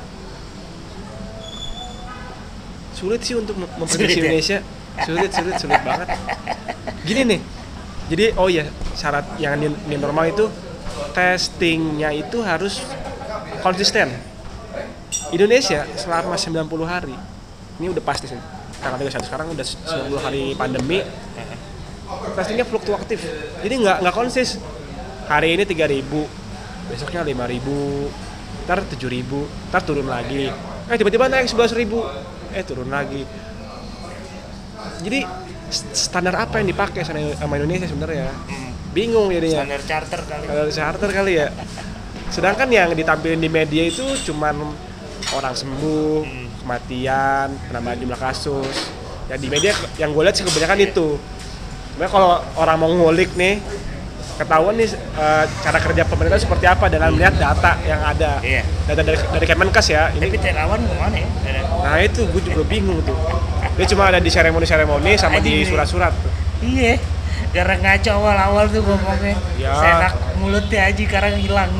sulit sih untuk mem- memprediksi Sulit ya? Indonesia. Sulit, sulit, sulit banget. Gini nih, jadi oh ya syarat yang new new normal itu testingnya itu harus konsisten. Indonesia selama sembilan puluh hari, ini udah pasti sih. Karena tiga puluh satu sekarang udah sembilan puluh hari pandemi, testingnya fluktuatif. Jadi nggak nggak konsis. Hari ini tiga ribu, besoknya lima ribu, ntar tujuh ribu, ntar turun lagi. Eh tiba-tiba naik sebelas ribu, eh turun lagi. Jadi st- standar apa yang dipakai sama sama Indonesia sebenarnya? Hmm. Bingung jadinya. Standar charter kali. Kalau charter kali ya. Sedangkan yang ditampilin di media itu cuman orang sembuh, Hmm. kematian, penambahan jumlah kasus. Ya di media yang gue lihat sih kebanyakan itu. Sebenarnya kalau orang mau ngulik nih, ketahuan nih eh, cara kerja pemerintah seperti apa dengan melihat data yang ada. Iya. Data dari dari Kemenkes ya. Ini Tapi Terawan kemana ya? Ada- nah itu gue juga bingung tuh. Dia cuma ada di seremoni-seremoni sama di Anjing, surat-surat. Iya. Gara ngaco awal-awal tuh ngomongnya. Ya. Senak mulutnya aja sekarang hilang.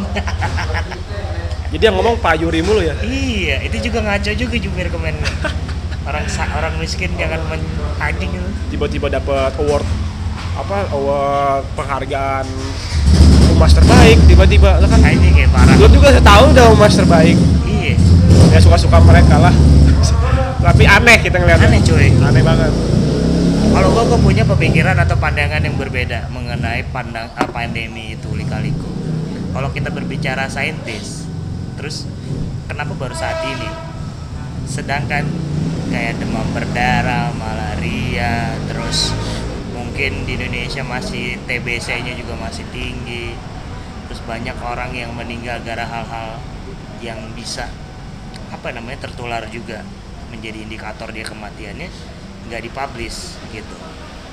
Jadi yang ngomong Pak Yuri mulu ya. Iya, itu juga ngaco juga jubir kemen. Orang sa- orang miskin jangan menanjing itu. Tiba-tiba dapat award apa award penghargaan humas terbaik tiba-tiba lah kan. Anjing kayak parah. Belum juga setahun udah humas terbaik. Iya. Ya suka-suka mereka lah. Tapi aneh kita ngeliatnya. Aneh cuy. Aneh banget. Kalau gua, gua punya pemikiran atau pandangan yang berbeda mengenai pandang ah, pandemi itu lika-liku. Kalau kita berbicara saintis, terus kenapa baru saat ini? Sedangkan kayak demam berdarah, malaria, terus mungkin di Indonesia masih T B C-nya juga masih tinggi. Terus banyak orang yang meninggal gara hal-hal yang bisa apa namanya tertular juga, menjadi indikator dia kematiannya nggak dipublish gitu.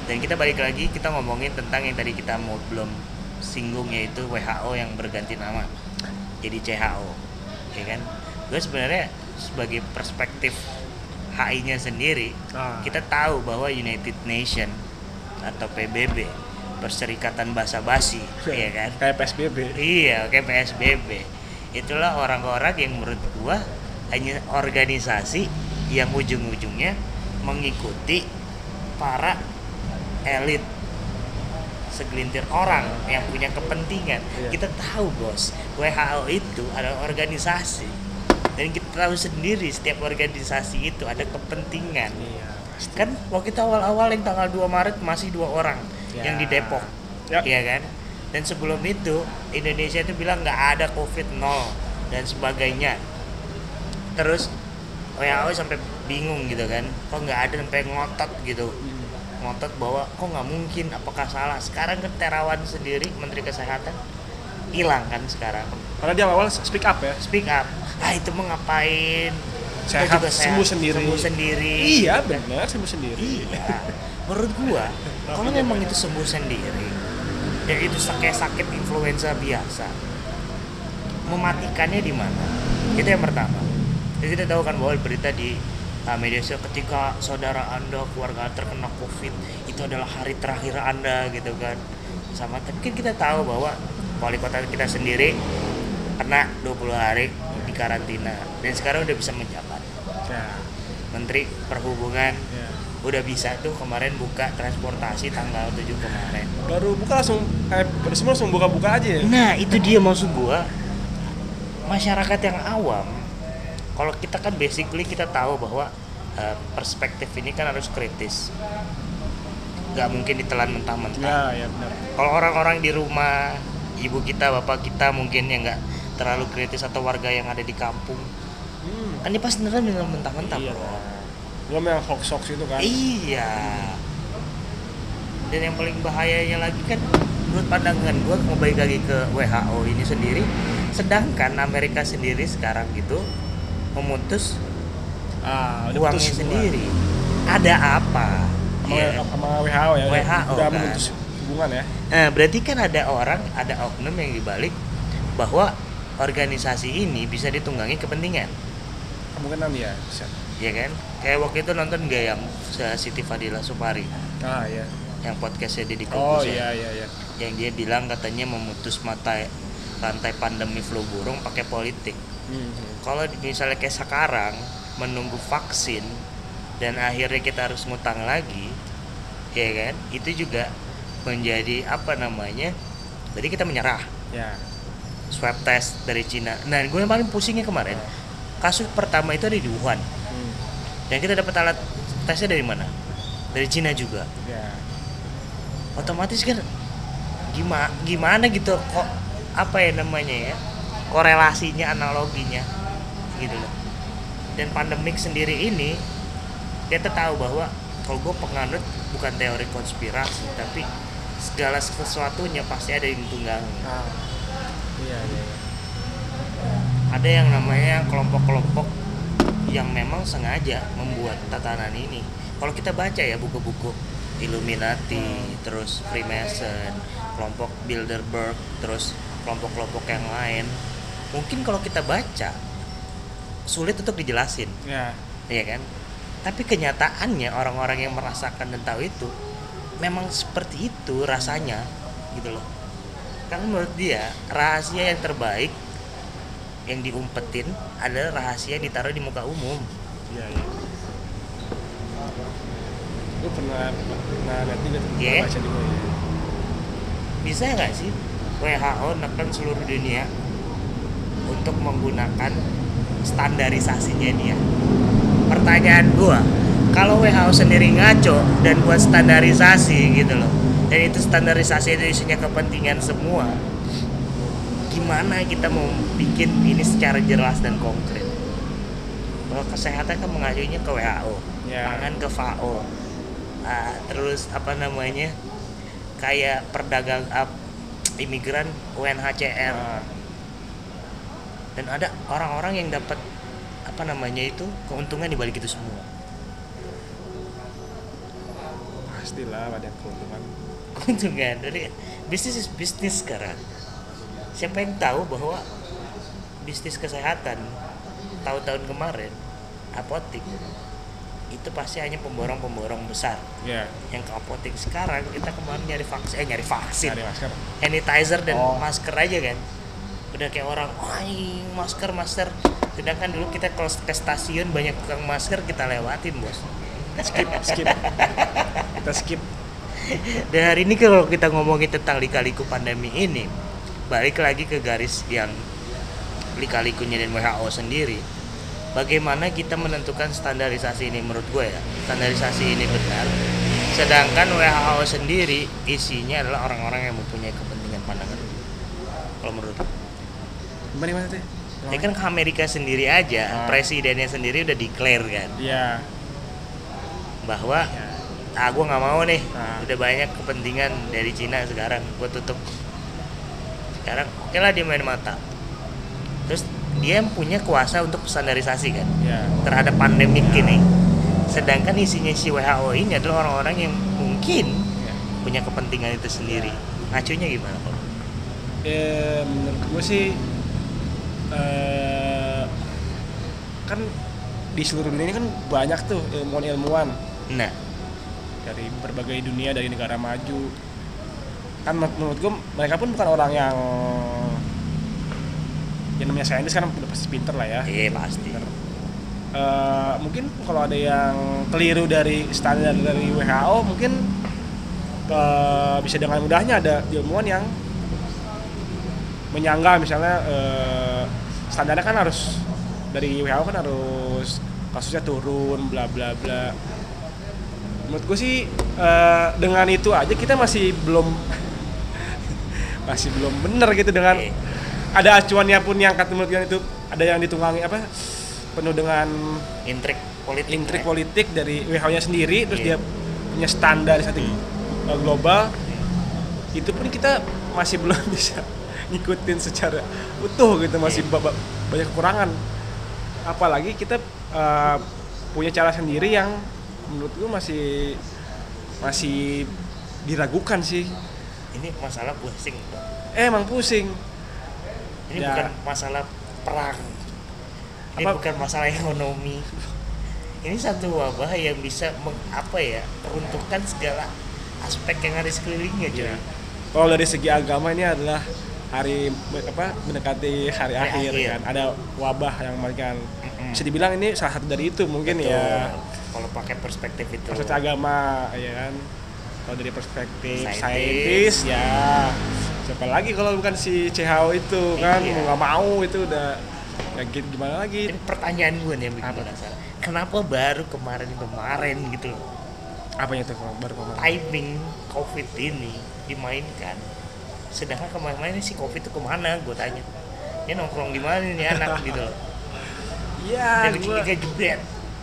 Dan kita balik lagi, kita ngomongin tentang yang tadi kita mau belum singgung, yaitu W H O yang berganti nama jadi C H O, ya kan? Gue sebenarnya sebagai perspektif H I-nya sendiri, Ah. kita tahu bahwa United Nation atau P B B, Perserikatan Basa-Basi, ya kan? Kayak P S B B. Iya, kayak P S B B. Itulah orang-orang yang menurut gua hanya organisasi yang ujung-ujungnya mengikuti para elit, segelintir orang yang punya kepentingan. Iya. Kita tahu, bos, W H O itu adalah organisasi, dan kita tahu sendiri setiap organisasi itu ada kepentingan. Iya. Kan waktu itu awal-awal yang tanggal dua Maret masih dua orang Ya. yang di Depok, Ya. iya kan? Dan sebelum itu Indonesia itu bilang nggak ada covid nol dan sebagainya. Terus W H O sampai bingung gitu kan, kok nggak ada, sampai ngotot gitu, ngotot bahwa kok nggak mungkin, apakah salah. Sekarang kan Terawan sendiri, Menteri Kesehatan, hilang kan sekarang, Karena dia awal speak up ya. speak up. Ah itu mau ngapain? Kita Sehat, juga sehat, sembuh sendiri. sembuh sendiri. Iya benar, sembuh sendiri. Iya, menurut gua kalau memang itu sembuh sendiri dan itu kayak sakit influenza biasa, mematikannya di mana? Itu yang pertama. Jadi kita tahu kan bahwa berita di uh, media sosial, ketika saudara anda, keluarga terkena covid, itu adalah hari terakhir anda gitu kan. Sama, tapi kan kita tahu bahwa wali kota kita sendiri kena dua puluh hari di karantina dan sekarang udah bisa menjabat. Ya. Menteri Perhubungan Ya. udah bisa tuh kemarin buka transportasi tanggal tujuh kemarin. Baru buka langsung kayak baru semua langsung buka-buka aja ya. Nah, itu dia maksud gua. Masyarakat yang awam, kalau kita kan basically kita tahu bahwa uh, perspektif ini kan harus kritis. Gak mungkin ditelan mentah-mentah. Ya, ya benar. Kalau orang-orang di rumah, ibu kita, bapak kita mungkin yang nggak terlalu kritis, atau warga yang ada di kampung, Hmm. kan dia pasti nelan dengan mentah-mentah, Iya. bro. Belum yang hoax-hoax itu kan. Iya. Dan yang paling bahayanya lagi kan, menurut pandangan gue, kembali lagi ke W H O ini sendiri, sedangkan Amerika sendiri sekarang gitu memutus Ah, udah uangnya putus semua. sendiri. Ada apa? Sama, Iya. sama W H O ya. W H O udah kan. memutus hubungan ya. Nah, berarti kan ada orang, ada oknum yang dibalik bahwa organisasi ini bisa ditunggangi kepentingan, Kemungkinan ya bisa. ya kan? Kayak waktu itu nonton gak yang Siti Fadila Supari, Ah iya. yang podcastnya Deddy Oh Corbuzier, iya iya iya. yang dia bilang katanya memutus mata rantai pandemi flu burung pakai politik. Hmm. Kalau misalnya kayak sekarang menunggu vaksin dan akhirnya kita harus ngutang lagi, ya kan? Itu juga menjadi apa namanya? Jadi kita menyerah. Ya. Swab test dari Cina. Nah, gue yang paling pusingnya kemarin, kasus pertama itu ada di Wuhan. Hmm. Dan kita dapat alat tesnya dari mana? Dari Cina juga. Ya. Otomatis kan gimana gimana gitu, kok apa ya namanya ya, korelasinya, analoginya gitu loh. Dan pandemik sendiri ini kita tahu bahwa kalau gue penganut bukan teori konspirasi, tapi segala sesuatunya pasti ada yang tunggangi. Ah. Iya iya. iya. Ada yang namanya kelompok-kelompok yang memang sengaja membuat tatanan ini. Kalau kita baca ya buku-buku Illuminati, terus Freemason, kelompok Bilderberg, terus kelompok-kelompok yang lain, mungkin kalau kita baca sulit untuk dijelasin, Ya. ya kan? Tapi kenyataannya orang-orang yang merasakan dan tahu itu memang seperti itu rasanya, gitu loh. Karena menurut dia rahasia yang terbaik yang diumpetin adalah rahasia yang ditaruh di muka umum. Iya iya. Lu pernah pernah lihat juga tuh, Iya. pernah baca juga ya. Bisa nggak sih W H O neken seluruh dunia untuk menggunakan standarisasinya dia? Pertanyaan gua, kalau W H O sendiri ngaco dan buat standarisasi gitu loh, dan itu standarisasi itu isinya kepentingan semua, gimana kita mau bikin ini secara jelas dan konkret? Kalau kesehatan kan mengacunya ke W H O, Ya. pangan ke F A O, ah, terus apa namanya, kayak perdagang uh, imigran U N H C R, Ah. dan ada orang-orang yang dapat apa namanya itu keuntungan di balik itu semua. pastilah ada keuntungan. Keuntungan dari bisnis is bisnis sekarang. Siapa yang tahu bahwa bisnis kesehatan tahun-tahun kemarin apotik itu pasti hanya pemborong-pemborong besar Ya. yang ke apotek. Sekarang kita kemarin nyari vaksin, eh nyari vaksin, Cari masker. sanitizer dan Oh. masker aja kan. Udah kayak orang, wah ini masker masker. Sedangkan dulu kita kalau ke stasiun banyak tukang masker kita lewatin bos. Skip, skip. Kita skip. Dan hari ini kalau kita ngomongin tentang lika-liku pandemi ini, balik lagi ke garis yang lika-likunya dan W H O sendiri. Bagaimana kita menentukan standarisasi ini menurut gue ya, standarisasi ini benar. Sedangkan W H O sendiri isinya adalah orang-orang yang mempunyai kepentingan pandangan. Kalau menurut gue. Gimana gimana tuh? Ya kan ke Amerika sendiri aja, Ah. presidennya sendiri udah declare kan Iya. bahwa Ya. ah gue nggak mau nih, Ah. udah banyak kepentingan dari Cina sekarang, gue tutup. Sekarang oke lah dia main mata. Terus dia punya kuasa untuk standarisasi kan Ya. terhadap pandemik ini. Sedangkan isinya si W H O ini adalah orang-orang yang mungkin Ya. punya kepentingan itu sendiri. Ngacunya gimana kalau? Ya, menurut gue sih eh, kan di seluruh dunia ini kan banyak tuh ilmuwan-ilmuwan Nah, dari berbagai dunia, dari negara maju. Kan menurut gue mereka pun bukan orang yang yang namanya saintis kan udah pasti pinter lah ya. iya pasti. Pinter. Eh, mungkin kalau ada yang keliru dari standar dari W H O mungkin eh, bisa dengan mudahnya ada ilmuwan yang menyangga misalnya eh, standarnya kan harus dari W H O kan harus kasusnya turun bla bla bla. Menurut gue sih eh, dengan itu aja kita masih belum masih belum bener gitu dengan Oke. ada acuannya pun yang kata menurut gue itu ada yang ditunggangi apa penuh dengan Intrik politik. intrik kan? politik dari W H O-nya sendiri terus Iya. dia punya standarisasi Hmm. uh, global itu pun kita masih belum bisa ngikutin secara utuh gitu masih Iya. ba- ba- banyak kekurangan apalagi kita uh, punya cara sendiri yang menurut gue masih masih diragukan sih. Ini masalah pusing. Eh, emang pusing. Ini Ya. bukan masalah perang. Ini Apa? bukan masalah ekonomi. Ini satu wabah yang bisa meng, apa ya, peruntukan segala aspek yang ada di sekelilingnya, coy. Ya. Kalau dari segi agama ini adalah hari apa mendekati hari, Hari akhir, akhir. kan ada wabah yang mungkin Mm-mm. bisa dibilang ini salah satu dari itu mungkin Betul. ya Kalau pakai perspektif itu. perspektif agama ya kan. Kalau dari perspektif Saintis. saintis ya siapa lagi kalau bukan si C H O itu kan Iya. mau nggak mau itu udah ya gitu gimana lagi. Ini pertanyaan gue nih yang bikin Apa? penasaran. Kenapa baru kemarin-kemarin gitu loh, Apanya tuh kalau baru kemarin? timing COVID ini dimainkan. Sedangkan kemarin-kemarin si COVID itu kemana? Gue tanya. Dia nongkrong di mana nih anak gitu loh. Iya, Dan gua kayak jebret.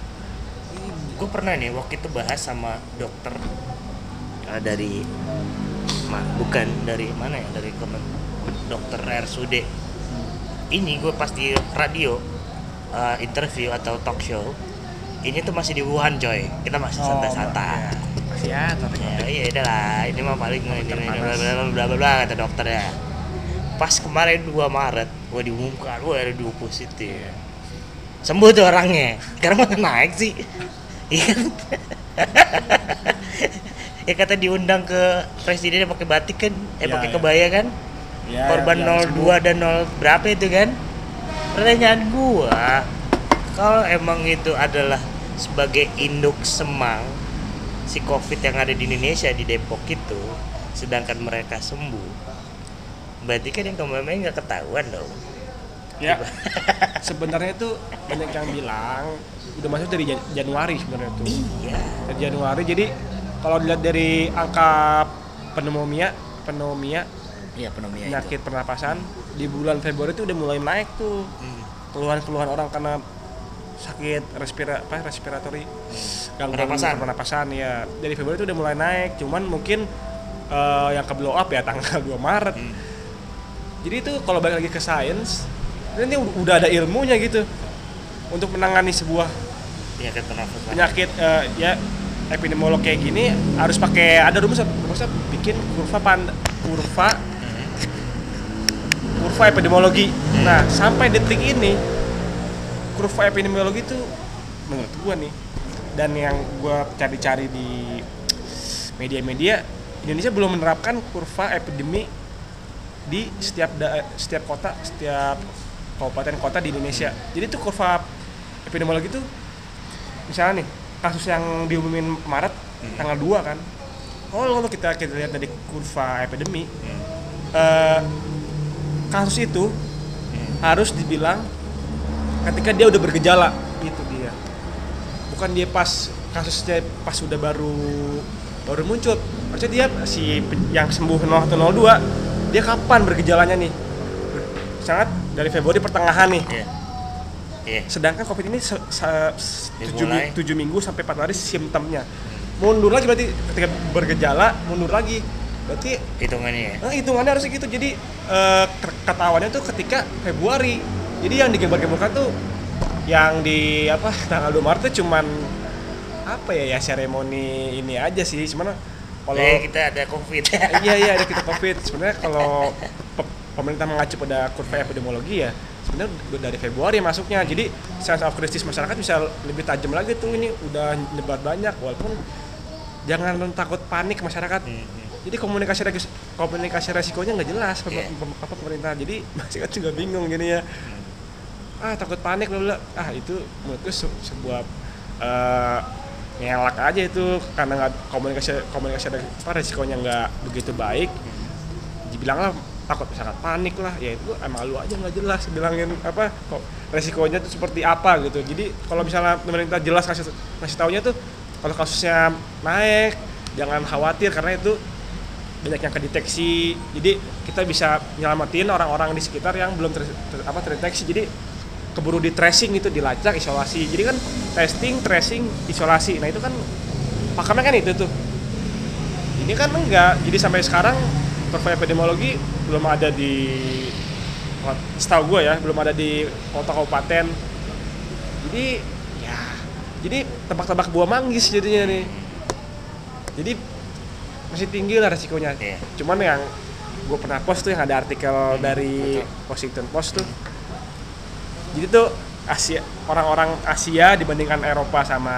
Gue pernah nih waktu itu bahas sama dokter uh, dari ma, bukan dari mana ya, dari kemen, dokter R S U D. Ini gue pas di radio uh, interview atau talk show. Ini tuh masih di Wuhan coy. Kita masih Oh, santai-santai. masih ya, tapi Ya iya udah lah, ini mah paling ini ini Terpanas. bla bla bla bla bla bla kata dokter ya. Pas kemarin dua Maret gua diumumkan gua ada dua positif. Sembuh tuh orangnya. Sekarang malah naik sih. Iya kan? Ya kata diundang ke presiden pakai batik kan, eh Ya, pakai ya. kebaya kan. Ya, Korban yang nol sembuh. dua dan nol berapa itu kan? Pertanyaan gua, kalau emang itu adalah sebagai induk semang si COVID yang ada di Indonesia di Depok itu, sedangkan mereka sembuh, berarti kan yang kemarin nggak ketahuan dong. Ya, sebenarnya itu banyak yang bilang udah masuk dari Jan- Januari sebenarnya tuh. Iya. Dari Januari. Jadi kalau dilihat dari angka pneumonia, pneumonia Iya pneumonia penyakit pernapasan di bulan Februari itu udah mulai naik tuh. itu. Hmm. Keluhan-keluhan orang karena sakit respira apa respiratori gangguan Pernapasan. pernapasan ya. Dari Februari itu udah mulai naik, cuman mungkin eh, yang ke blow up ya tanggal dua Maret. Hmm. Jadi itu kalau balik lagi ke sains, ini udah ada ilmunya gitu untuk menangani sebuah Penyakit pernafasan. penyakit eh, ya epidemiolog kayak gini harus pakai ada rumus rumusnya bikin kurva pan kurva kurva epidemiologi. Nah, sampai detik ini kurva epidemiologi itu menurut gua nih dan yang gua cari-cari di media-media, Indonesia belum menerapkan kurva epidemi di setiap da- setiap kota, setiap kabupaten kota di Indonesia. Jadi tuh kurva epidemiologi itu misalnya nih kasus yang diumumin Maret hmm. tanggal dua kan. Kalau kalau kita kita lihat dari kurva epidemi hmm. uh, kasus itu hmm. harus dibilang ketika dia udah bergejala, itu dia. Bukan dia pas kasusnya pas udah baru baru muncul. Maksudnya dia si yang sembuh nol satu nol dua dia kapan bergejalanya nih? Sangat dari Februari pertengahan nih. Yeah. Yeah. Sedangkan COVID ini se- se- tujuh minggu sampai empat hari simptomnya. Mundur lagi berarti ketika bergejala, mundur lagi. Berarti hitungannya ya? Nah, hitungannya harusnya gitu. Jadi uh, ketahuannya tuh ketika Februari. Jadi yang digembar-gemborkan tuh yang di apa tanggal dua Maret tuh cuman apa ya ya seremoni ini aja sih. Cuman kalau eh, kita ada COVID. iya iya ada kita COVID. Sebenarnya kalau pe- pemerintah mengacu pada kurva epidemiologi ya sebenarnya dari Februari masuknya. Jadi sense of crisis masyarakat bisa lebih tajam lagi tuh, ini udah nyebar banyak. Walaupun jangan takut panik masyarakat. Mm-hmm. Jadi komunikasi komunikasi resikonya nggak jelas yeah. apa pemerintah. Jadi masyarakat juga bingung gini ya. Ah takut panik loh, ah itu menurutku se- sebuah uh, ngelak aja itu karena nggak komunikasi komunikasi apa resikonya nggak begitu baik. Dibilang lah takut masyarakat panik lah, ya itu emang lu aja nggak jelas bilangin apa kok resikonya itu seperti apa gitu. Jadi kalau misalnya pemerintah jelas kasih kasih taunya tuh kalau kasusnya naik jangan khawatir karena itu banyak yang kedeteksi. Jadi kita bisa nyelamatin orang-orang di sekitar yang belum ter, ter, apa terdeteksi. Jadi keburu di tracing itu, dilacak, isolasi. Jadi kan testing, tracing, isolasi. Nah itu kan pakemnya kan itu tuh. Ini kan enggak. Jadi sampai sekarang kurva epidemiologi belum ada di, setahu gue ya, belum ada di kota kabupaten. Jadi ya, jadi tebak-tebak buah manggis jadinya nih. Jadi masih tinggi lah resikonya. Yeah. Cuman yang gue pernah post tuh yang ada artikel hmm, dari betul. Washington Post tuh. Jadi tuh Asia, orang-orang Asia dibandingkan Eropa sama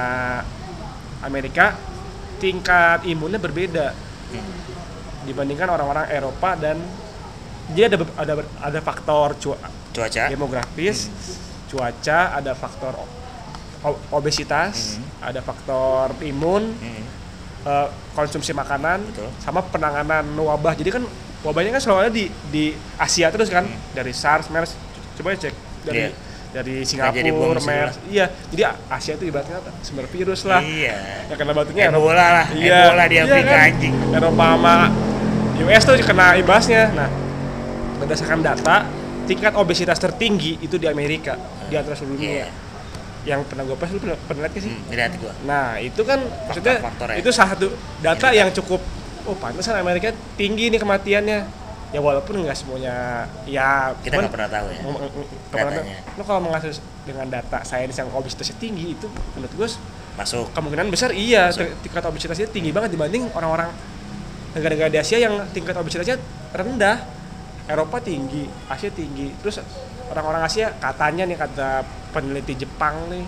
Amerika tingkat imunnya berbeda hmm. dibandingkan orang-orang Eropa. Dan dia ada ada ada faktor cu- cuaca demografis, hmm. cuaca, ada faktor o- obesitas, hmm. ada faktor imun, hmm. uh, konsumsi makanan, betul. Sama penanganan wabah. Jadi kan wabahnya kan selalu ada di di Asia terus kan, hmm. dari SARS, MERS, coba cek dari yeah. dari Singapura, MERS. Iya, jadi Asia itu ibaratnya sumber virus lah. Iya. Ya kena batunya Ebola Eropa, lah, iya, Ebola di Afrika iya kan? Anjing. Eropa sama U S tuh kena imbasnya. Nah, berdasarkan data, tingkat obesitas tertinggi itu di Amerika, hmm. di antara seluruh dunia. Yeah. Yang pernah gue pas, lu pernah, pernah lihat sih? Hmm, lihat gue. Nah, itu kan maksudnya faktor-faktor itu salah satu data yang cukup, oh pantesan Amerika tinggi nih kematiannya. Ya walaupun nggak semuanya, ya kita nggak pernah tahu ya m- m- datanya. Lo kalau mengatur dengan data sains yang obesitasnya tinggi itu menurut gue masuk. Kemungkinan besar iya masuk. Tingkat obesitasnya tinggi banget dibanding orang-orang negara-negara di Asia yang tingkat obesitasnya rendah. Eropa tinggi, Asia tinggi. Terus orang-orang Asia katanya nih, kata peneliti Jepang nih,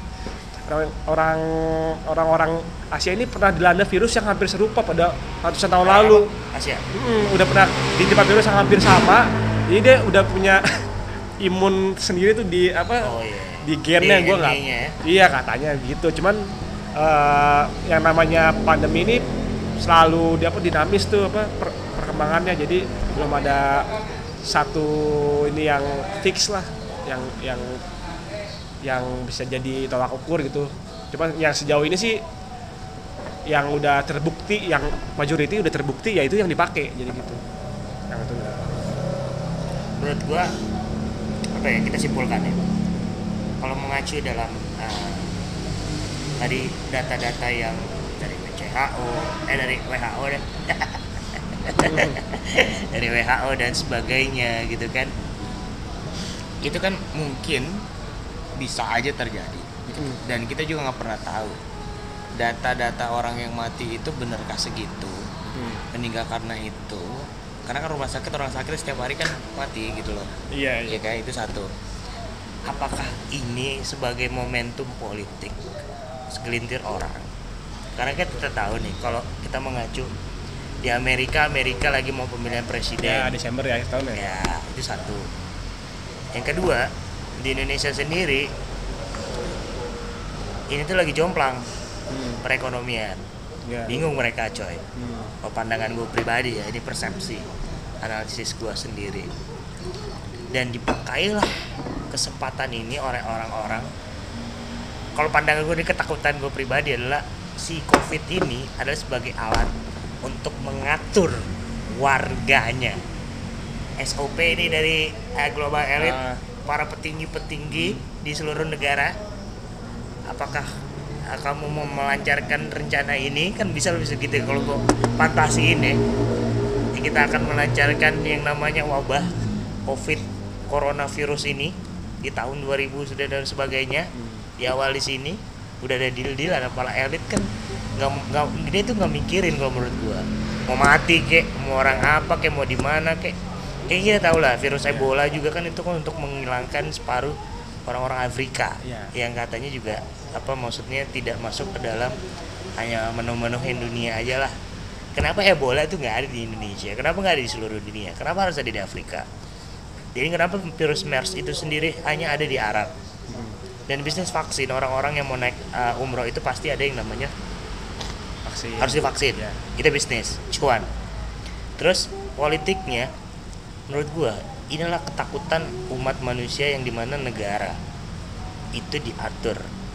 orang orang-orang Asia ini pernah dilanda virus yang hampir serupa pada ratusan tahun nah, lalu. Asia. Hmm, udah pernah ditimpa virus yang hampir sama. Jadi dia udah punya imun sendiri tuh di apa? Oh, iya. Di gennya gue nggak. Ya? Iya katanya gitu. Cuman uh, yang namanya pandemi ini selalu dia apa dinamis tuh apa per, perkembangannya. Jadi belum ada satu ini yang fix lah, yang yang yang bisa jadi tolak ukur gitu. Cuma yang sejauh ini sih yang udah terbukti, yang majority udah terbukti ya itu yang dipakai, jadi gitu. Yang itu. Menurut gua apa ya, kita simpulkan ya. Kalau mengacu dalam uh, tadi data-data yang dari W H O, eh dari W H O deh. dari W H O dan sebagainya gitu kan. Itu kan mungkin bisa aja terjadi dan kita juga nggak pernah tahu data-data orang yang mati itu benerkah segitu, Hmm. meninggal karena itu, karena kan rumah sakit orang sakit setiap hari kan mati gitu loh. Iya, Ya kayak itu satu. Apakah ini sebagai momentum politik segelintir orang? Karena kan kita tahu nih kalau kita mengacu di Amerika, Amerika lagi mau pemilihan presiden. Ya, Desember ya tahun ya. Ya, itu satu. Yang kedua, di Indonesia sendiri ini tuh lagi jomplang Hmm. perekonomian. Ya. Bingung mereka coy. Hmm. Oh, pandangan gue pribadi ya, ini persepsi, analisis gue sendiri. Dan dipakailah kesempatan ini oleh orang-orang. Kalau pandangan gue, ini ketakutan gue pribadi adalah si COVID ini adalah sebagai alat untuk mengatur warganya. S O P ini dari eh, global elite, Ah. para petinggi-petinggi di seluruh negara. Apakah eh, kamu mau melancarkan rencana ini? Kan bisa bisa gitu ya, kalau gue fantasiin ya. Ya, kita akan melancarkan yang namanya wabah COVID coronavirus ini di tahun dua ribu sudah dan sebagainya. Di awal di sini udah ada deal-deal, ada para elit kan nggak nggak dia tuh nggak mikirin kalau menurut gua mau mati kek, mau orang apa kek, mau di mana kek. Kayak kita tahu lah virus Ebola juga kan itu kan untuk menghilangkan separuh orang-orang Afrika Iya. yang katanya juga apa maksudnya tidak masuk ke dalam hanya menu-menuhin dunia aja lah. Kenapa Ebola itu nggak ada di Indonesia? Kenapa nggak ada di seluruh dunia? Kenapa harus ada di Afrika? Jadi kenapa virus MERS itu sendiri hanya ada di Arab? Dan bisnis vaksin, orang-orang yang mau naik uh, umroh itu pasti ada yang namanya Vaksin. harus divaksin. Ya. Itu bisnis, cuan. Terus politiknya, menurut gua inilah ketakutan umat manusia yang dimana negara itu diatur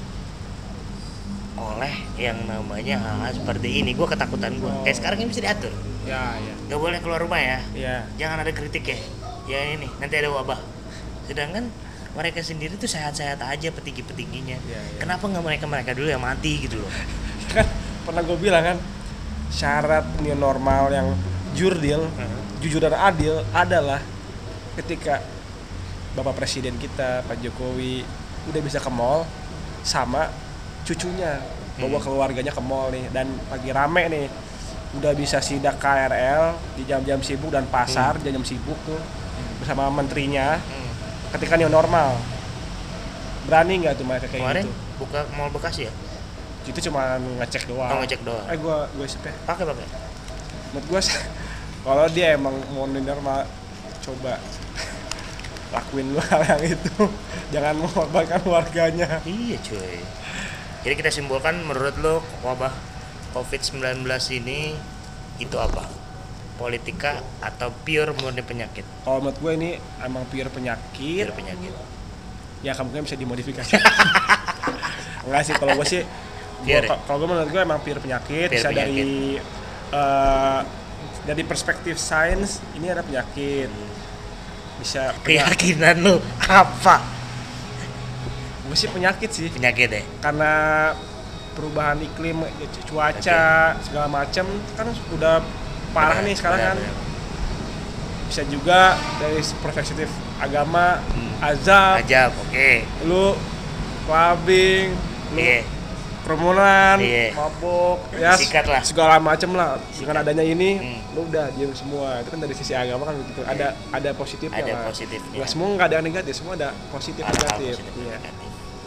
oleh yang namanya hal-hal seperti ini. Gua ketakutan gua. Kayak sekarang ini bisa diatur. Ya, ya. Gak boleh keluar rumah ya. Ya. Jangan ada kritik ya. Ya ini nanti ada wabah. Sedangkan mereka sendiri tuh sehat-sehat aja petinggi-petingginya. Ya, ya. Kenapa nggak mereka-mereka dulu yang mati gitu loh? Kan pernah gue bilang kan, syarat new normal yang jurdil, jujur dan adil adalah ketika Bapak Presiden kita, Pak Jokowi udah bisa ke mall sama cucunya, bawa Hmm. keluarganya ke mall nih, dan lagi rame nih, udah bisa sidak K R L di jam-jam sibuk dan pasar jam-jam sibuk tuh bersama menterinya. Hmm. Ketika new normal, berani nggak tuh mereka kayak Kemarin gitu? buka mall bekas ya? Itu cuma ngecek doang. Oh, ngecek doang. Eh gua gue sih Pe. Pakai pakai. Menurut gue kalau dia emang mau new normal, coba lakuin dulu hal yang itu. Jangan mengorbankan warganya. Iya cuy. Jadi kita simpulkan, menurut lo wabah covid sembilan belas ini itu apa? Politika atau pure murni penyakit? Kalau menurut gue ini emang pure penyakit. Pure penyakit. Ya kemungkinan bisa dimodifikasi. Enggak sih, kalau gue sih gua, Pure ya? kalau gue menurut gue emang pure penyakit. Pure Bisa penyakit. dari eh, dari perspektif sains ini ada penyakit. Bisa penyakit. Keyakinan lo apa? Gue sih penyakit sih. Penyakit ya? Karena perubahan iklim, cuaca, segala macam kan udah parah nih sekarang kan. Bisa juga dari perspektif agama, Hmm. azab, Ajab, oke. lu clubbing, lu Iya. kerumunan, Iya. mabok, ya Sikat lah. segala macam lah. Dengan adanya ini, Hmm. lu udah diam semua. Itu kan dari sisi agama kan begitu. Ada ada positifnya Ada lah. positifnya. Nggak semua nggak ada yang negatif, semua ada positif Ada hal negatif. positif, Iya. negatif.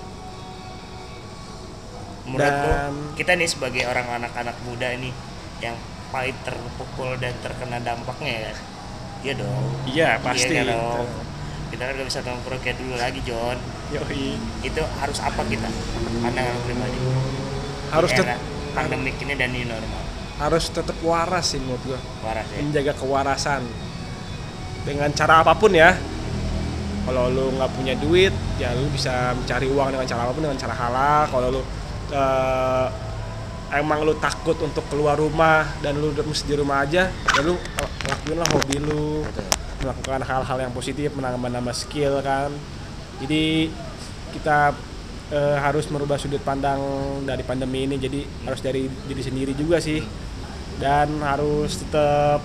Menurut lo, Dan- kita nih sebagai orang anak-anak muda ini yang paling terpukul dan terkena dampaknya ya, iya dong. Iya pasti. Iya kan dong. Kita kan gak bisa nongkrong kayak dulu lagi, John. Yoi. Itu harus apa kita? Pandangan lo pribadi. Harus Di tet- era pandemik ini dan new normal. harus tetap waras sih menurut gua. Waras ya. Menjaga kewarasan dengan cara apapun ya. Kalau lu nggak punya duit, ya lu bisa mencari uang dengan cara apapun, dengan cara halal. Kalau lu eh, emang lu takut untuk keluar rumah dan lu mesti di rumah aja, ya lu lakuin lah hobi lu, Betul. melakukan hal-hal yang positif, menambah-nambah skill kan. Jadi kita eh, harus merubah sudut pandang dari pandemi ini, jadi harus dari diri sendiri juga sih, dan harus tetap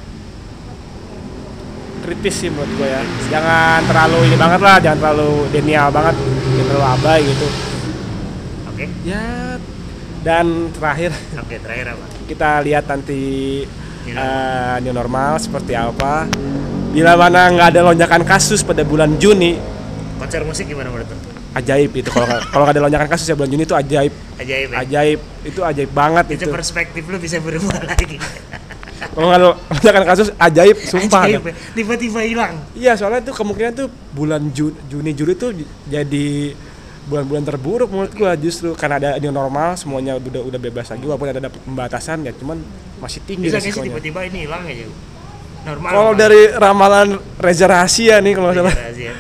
kritis sih menurut gue ya. Jangan terlalu ini banget lah, jangan terlalu denial banget, jangan terlalu abai gitu. Oke. Ya Dan terakhir Oke, terakhir apa? kita lihat nanti New uh, new normal seperti apa. Bila mana nggak ada lonjakan kasus pada bulan Juni, Konser musik gimana menurut lo? ajaib itu. Kalau nggak- kalau nggak ada lonjakan kasus ya bulan Juni itu ajaib, Ajaib ya? ajaib itu ajaib banget Itu itu. perspektif lu bisa berubah lagi. Kalau nggak ada lonjakan kasus ajaib, sumpah. Ajaib kan. ya? Tiba-tiba hilang. Iya, soalnya tuh kemungkinan tuh bulan Ju- Juni Juli tuh j- jadi bulan-bulan terburuk menurut gua, justru karena ada new normal, semuanya udah udah bebas lagi walaupun ada, ada pembatasan ya, cuman masih tinggi Bisa nggak sih resikonya. tiba-tiba ini hilang aja? Normal. Kalau apa? dari ramalan Reza Rahasia nih kalau nggak salah. Rahasia.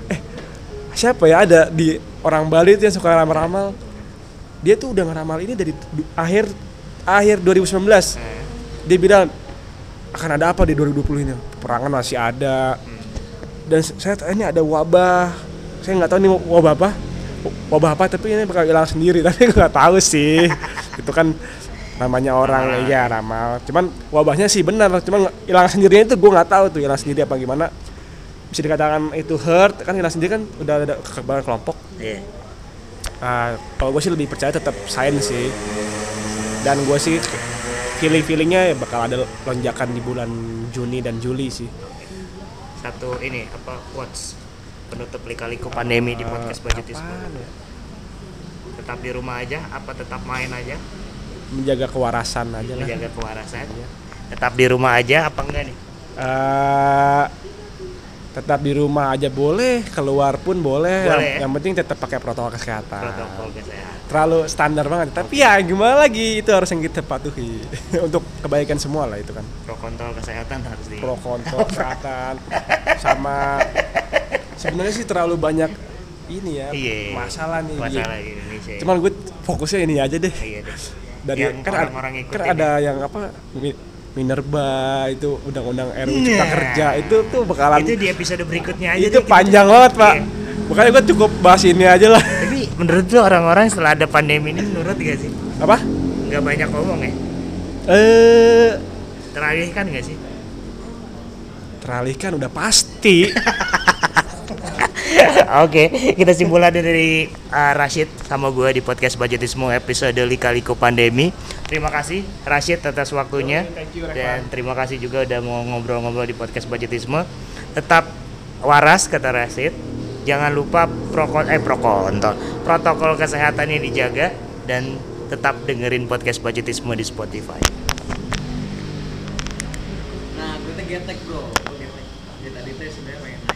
Siapa ya ada di orang Bali itu yang suka ramal-ramal. Dia tuh udah ngeramal ini dari du- akhir akhir dua ribu sembilan belas. Nah, Dia bilang akan ada apa di dua ribu dua puluh ini? Peperangan masih ada. Dan s- saya t- ini ada wabah. Saya nggak tahu nih wabah apa. Wabah apa tapi ini bakal hilang sendiri. Tapi nggak tahu sih. Itu kan namanya orang Ramalan. ya ramal. Cuman wabahnya sih benar. Cuman nggak- hilang sendirinya itu gue nggak tahu tuh hilang sendiri apa gimana. Bisa dikatakan itu herd kan, hilang sendiri kan udah ada kekebalan kelompok. iya. Nah, kalau gue sih lebih percaya tetap sains sih. Dan gue sih feeling-feelingnya ya bakal ada lonjakan di bulan Juni dan Juli sih. Satu ini apa quotes penutup lika-liku pandemi di podcast budgetisme. Apaan ya? Tetap di rumah aja apa tetap main aja? Menjaga kewarasan aja lah. Menjaga kewarasan. Tetap di rumah aja apa enggak nih? Eh, tetap di rumah aja boleh, keluar pun boleh. Boleh, yang, ya? yang penting tetap pakai protokol kesehatan. Protokol kesehatan. Terlalu standar banget. Tapi ya gimana lagi, itu harus yang kita patuhi untuk kebaikan semua lah itu kan. Pro kontrol kesehatan harus di. Pro kontra kesehatan sama sebenarnya sih terlalu banyak ini ya Iya. masalah nih. Masalah di Indonesia. ya. Cuman gue fokusnya ini aja deh. Iya deh. Dari Yang kan, ada, orang-orang kan ikutin ada yang apa Mi- Minerba itu undang-undang R U U Cipta Nah. Kerja itu tuh bakalan Itu di episode berikutnya aja. itu deh, kita- panjang banget Pak. Iya. Makanya gue cukup bahas ini aja lah. Tapi menurut lu orang-orang setelah ada pandemi ini menurut gak sih? Apa? Nggak banyak ngomong ya? Eh Teralihkan gak sih? teralihkan udah pasti. Oke, kita simpulkan dari uh, Rashid sama gue di podcast Budgetisme episode Lika-Liku Pandemi. Terima kasih Rashid atas waktunya. Thank you, Rekman. Dan terima kasih juga udah mau ngobrol-ngobrol di podcast Budgetisme. Tetap waras kata Rashid. Jangan lupa pro eh pro kontrol. Protokol kesehatannya dijaga dan tetap dengerin podcast Budgetisme di Spotify. Nah, gue tuh getek bro, gue getek. Dia tadi tuh sebenarnya pengen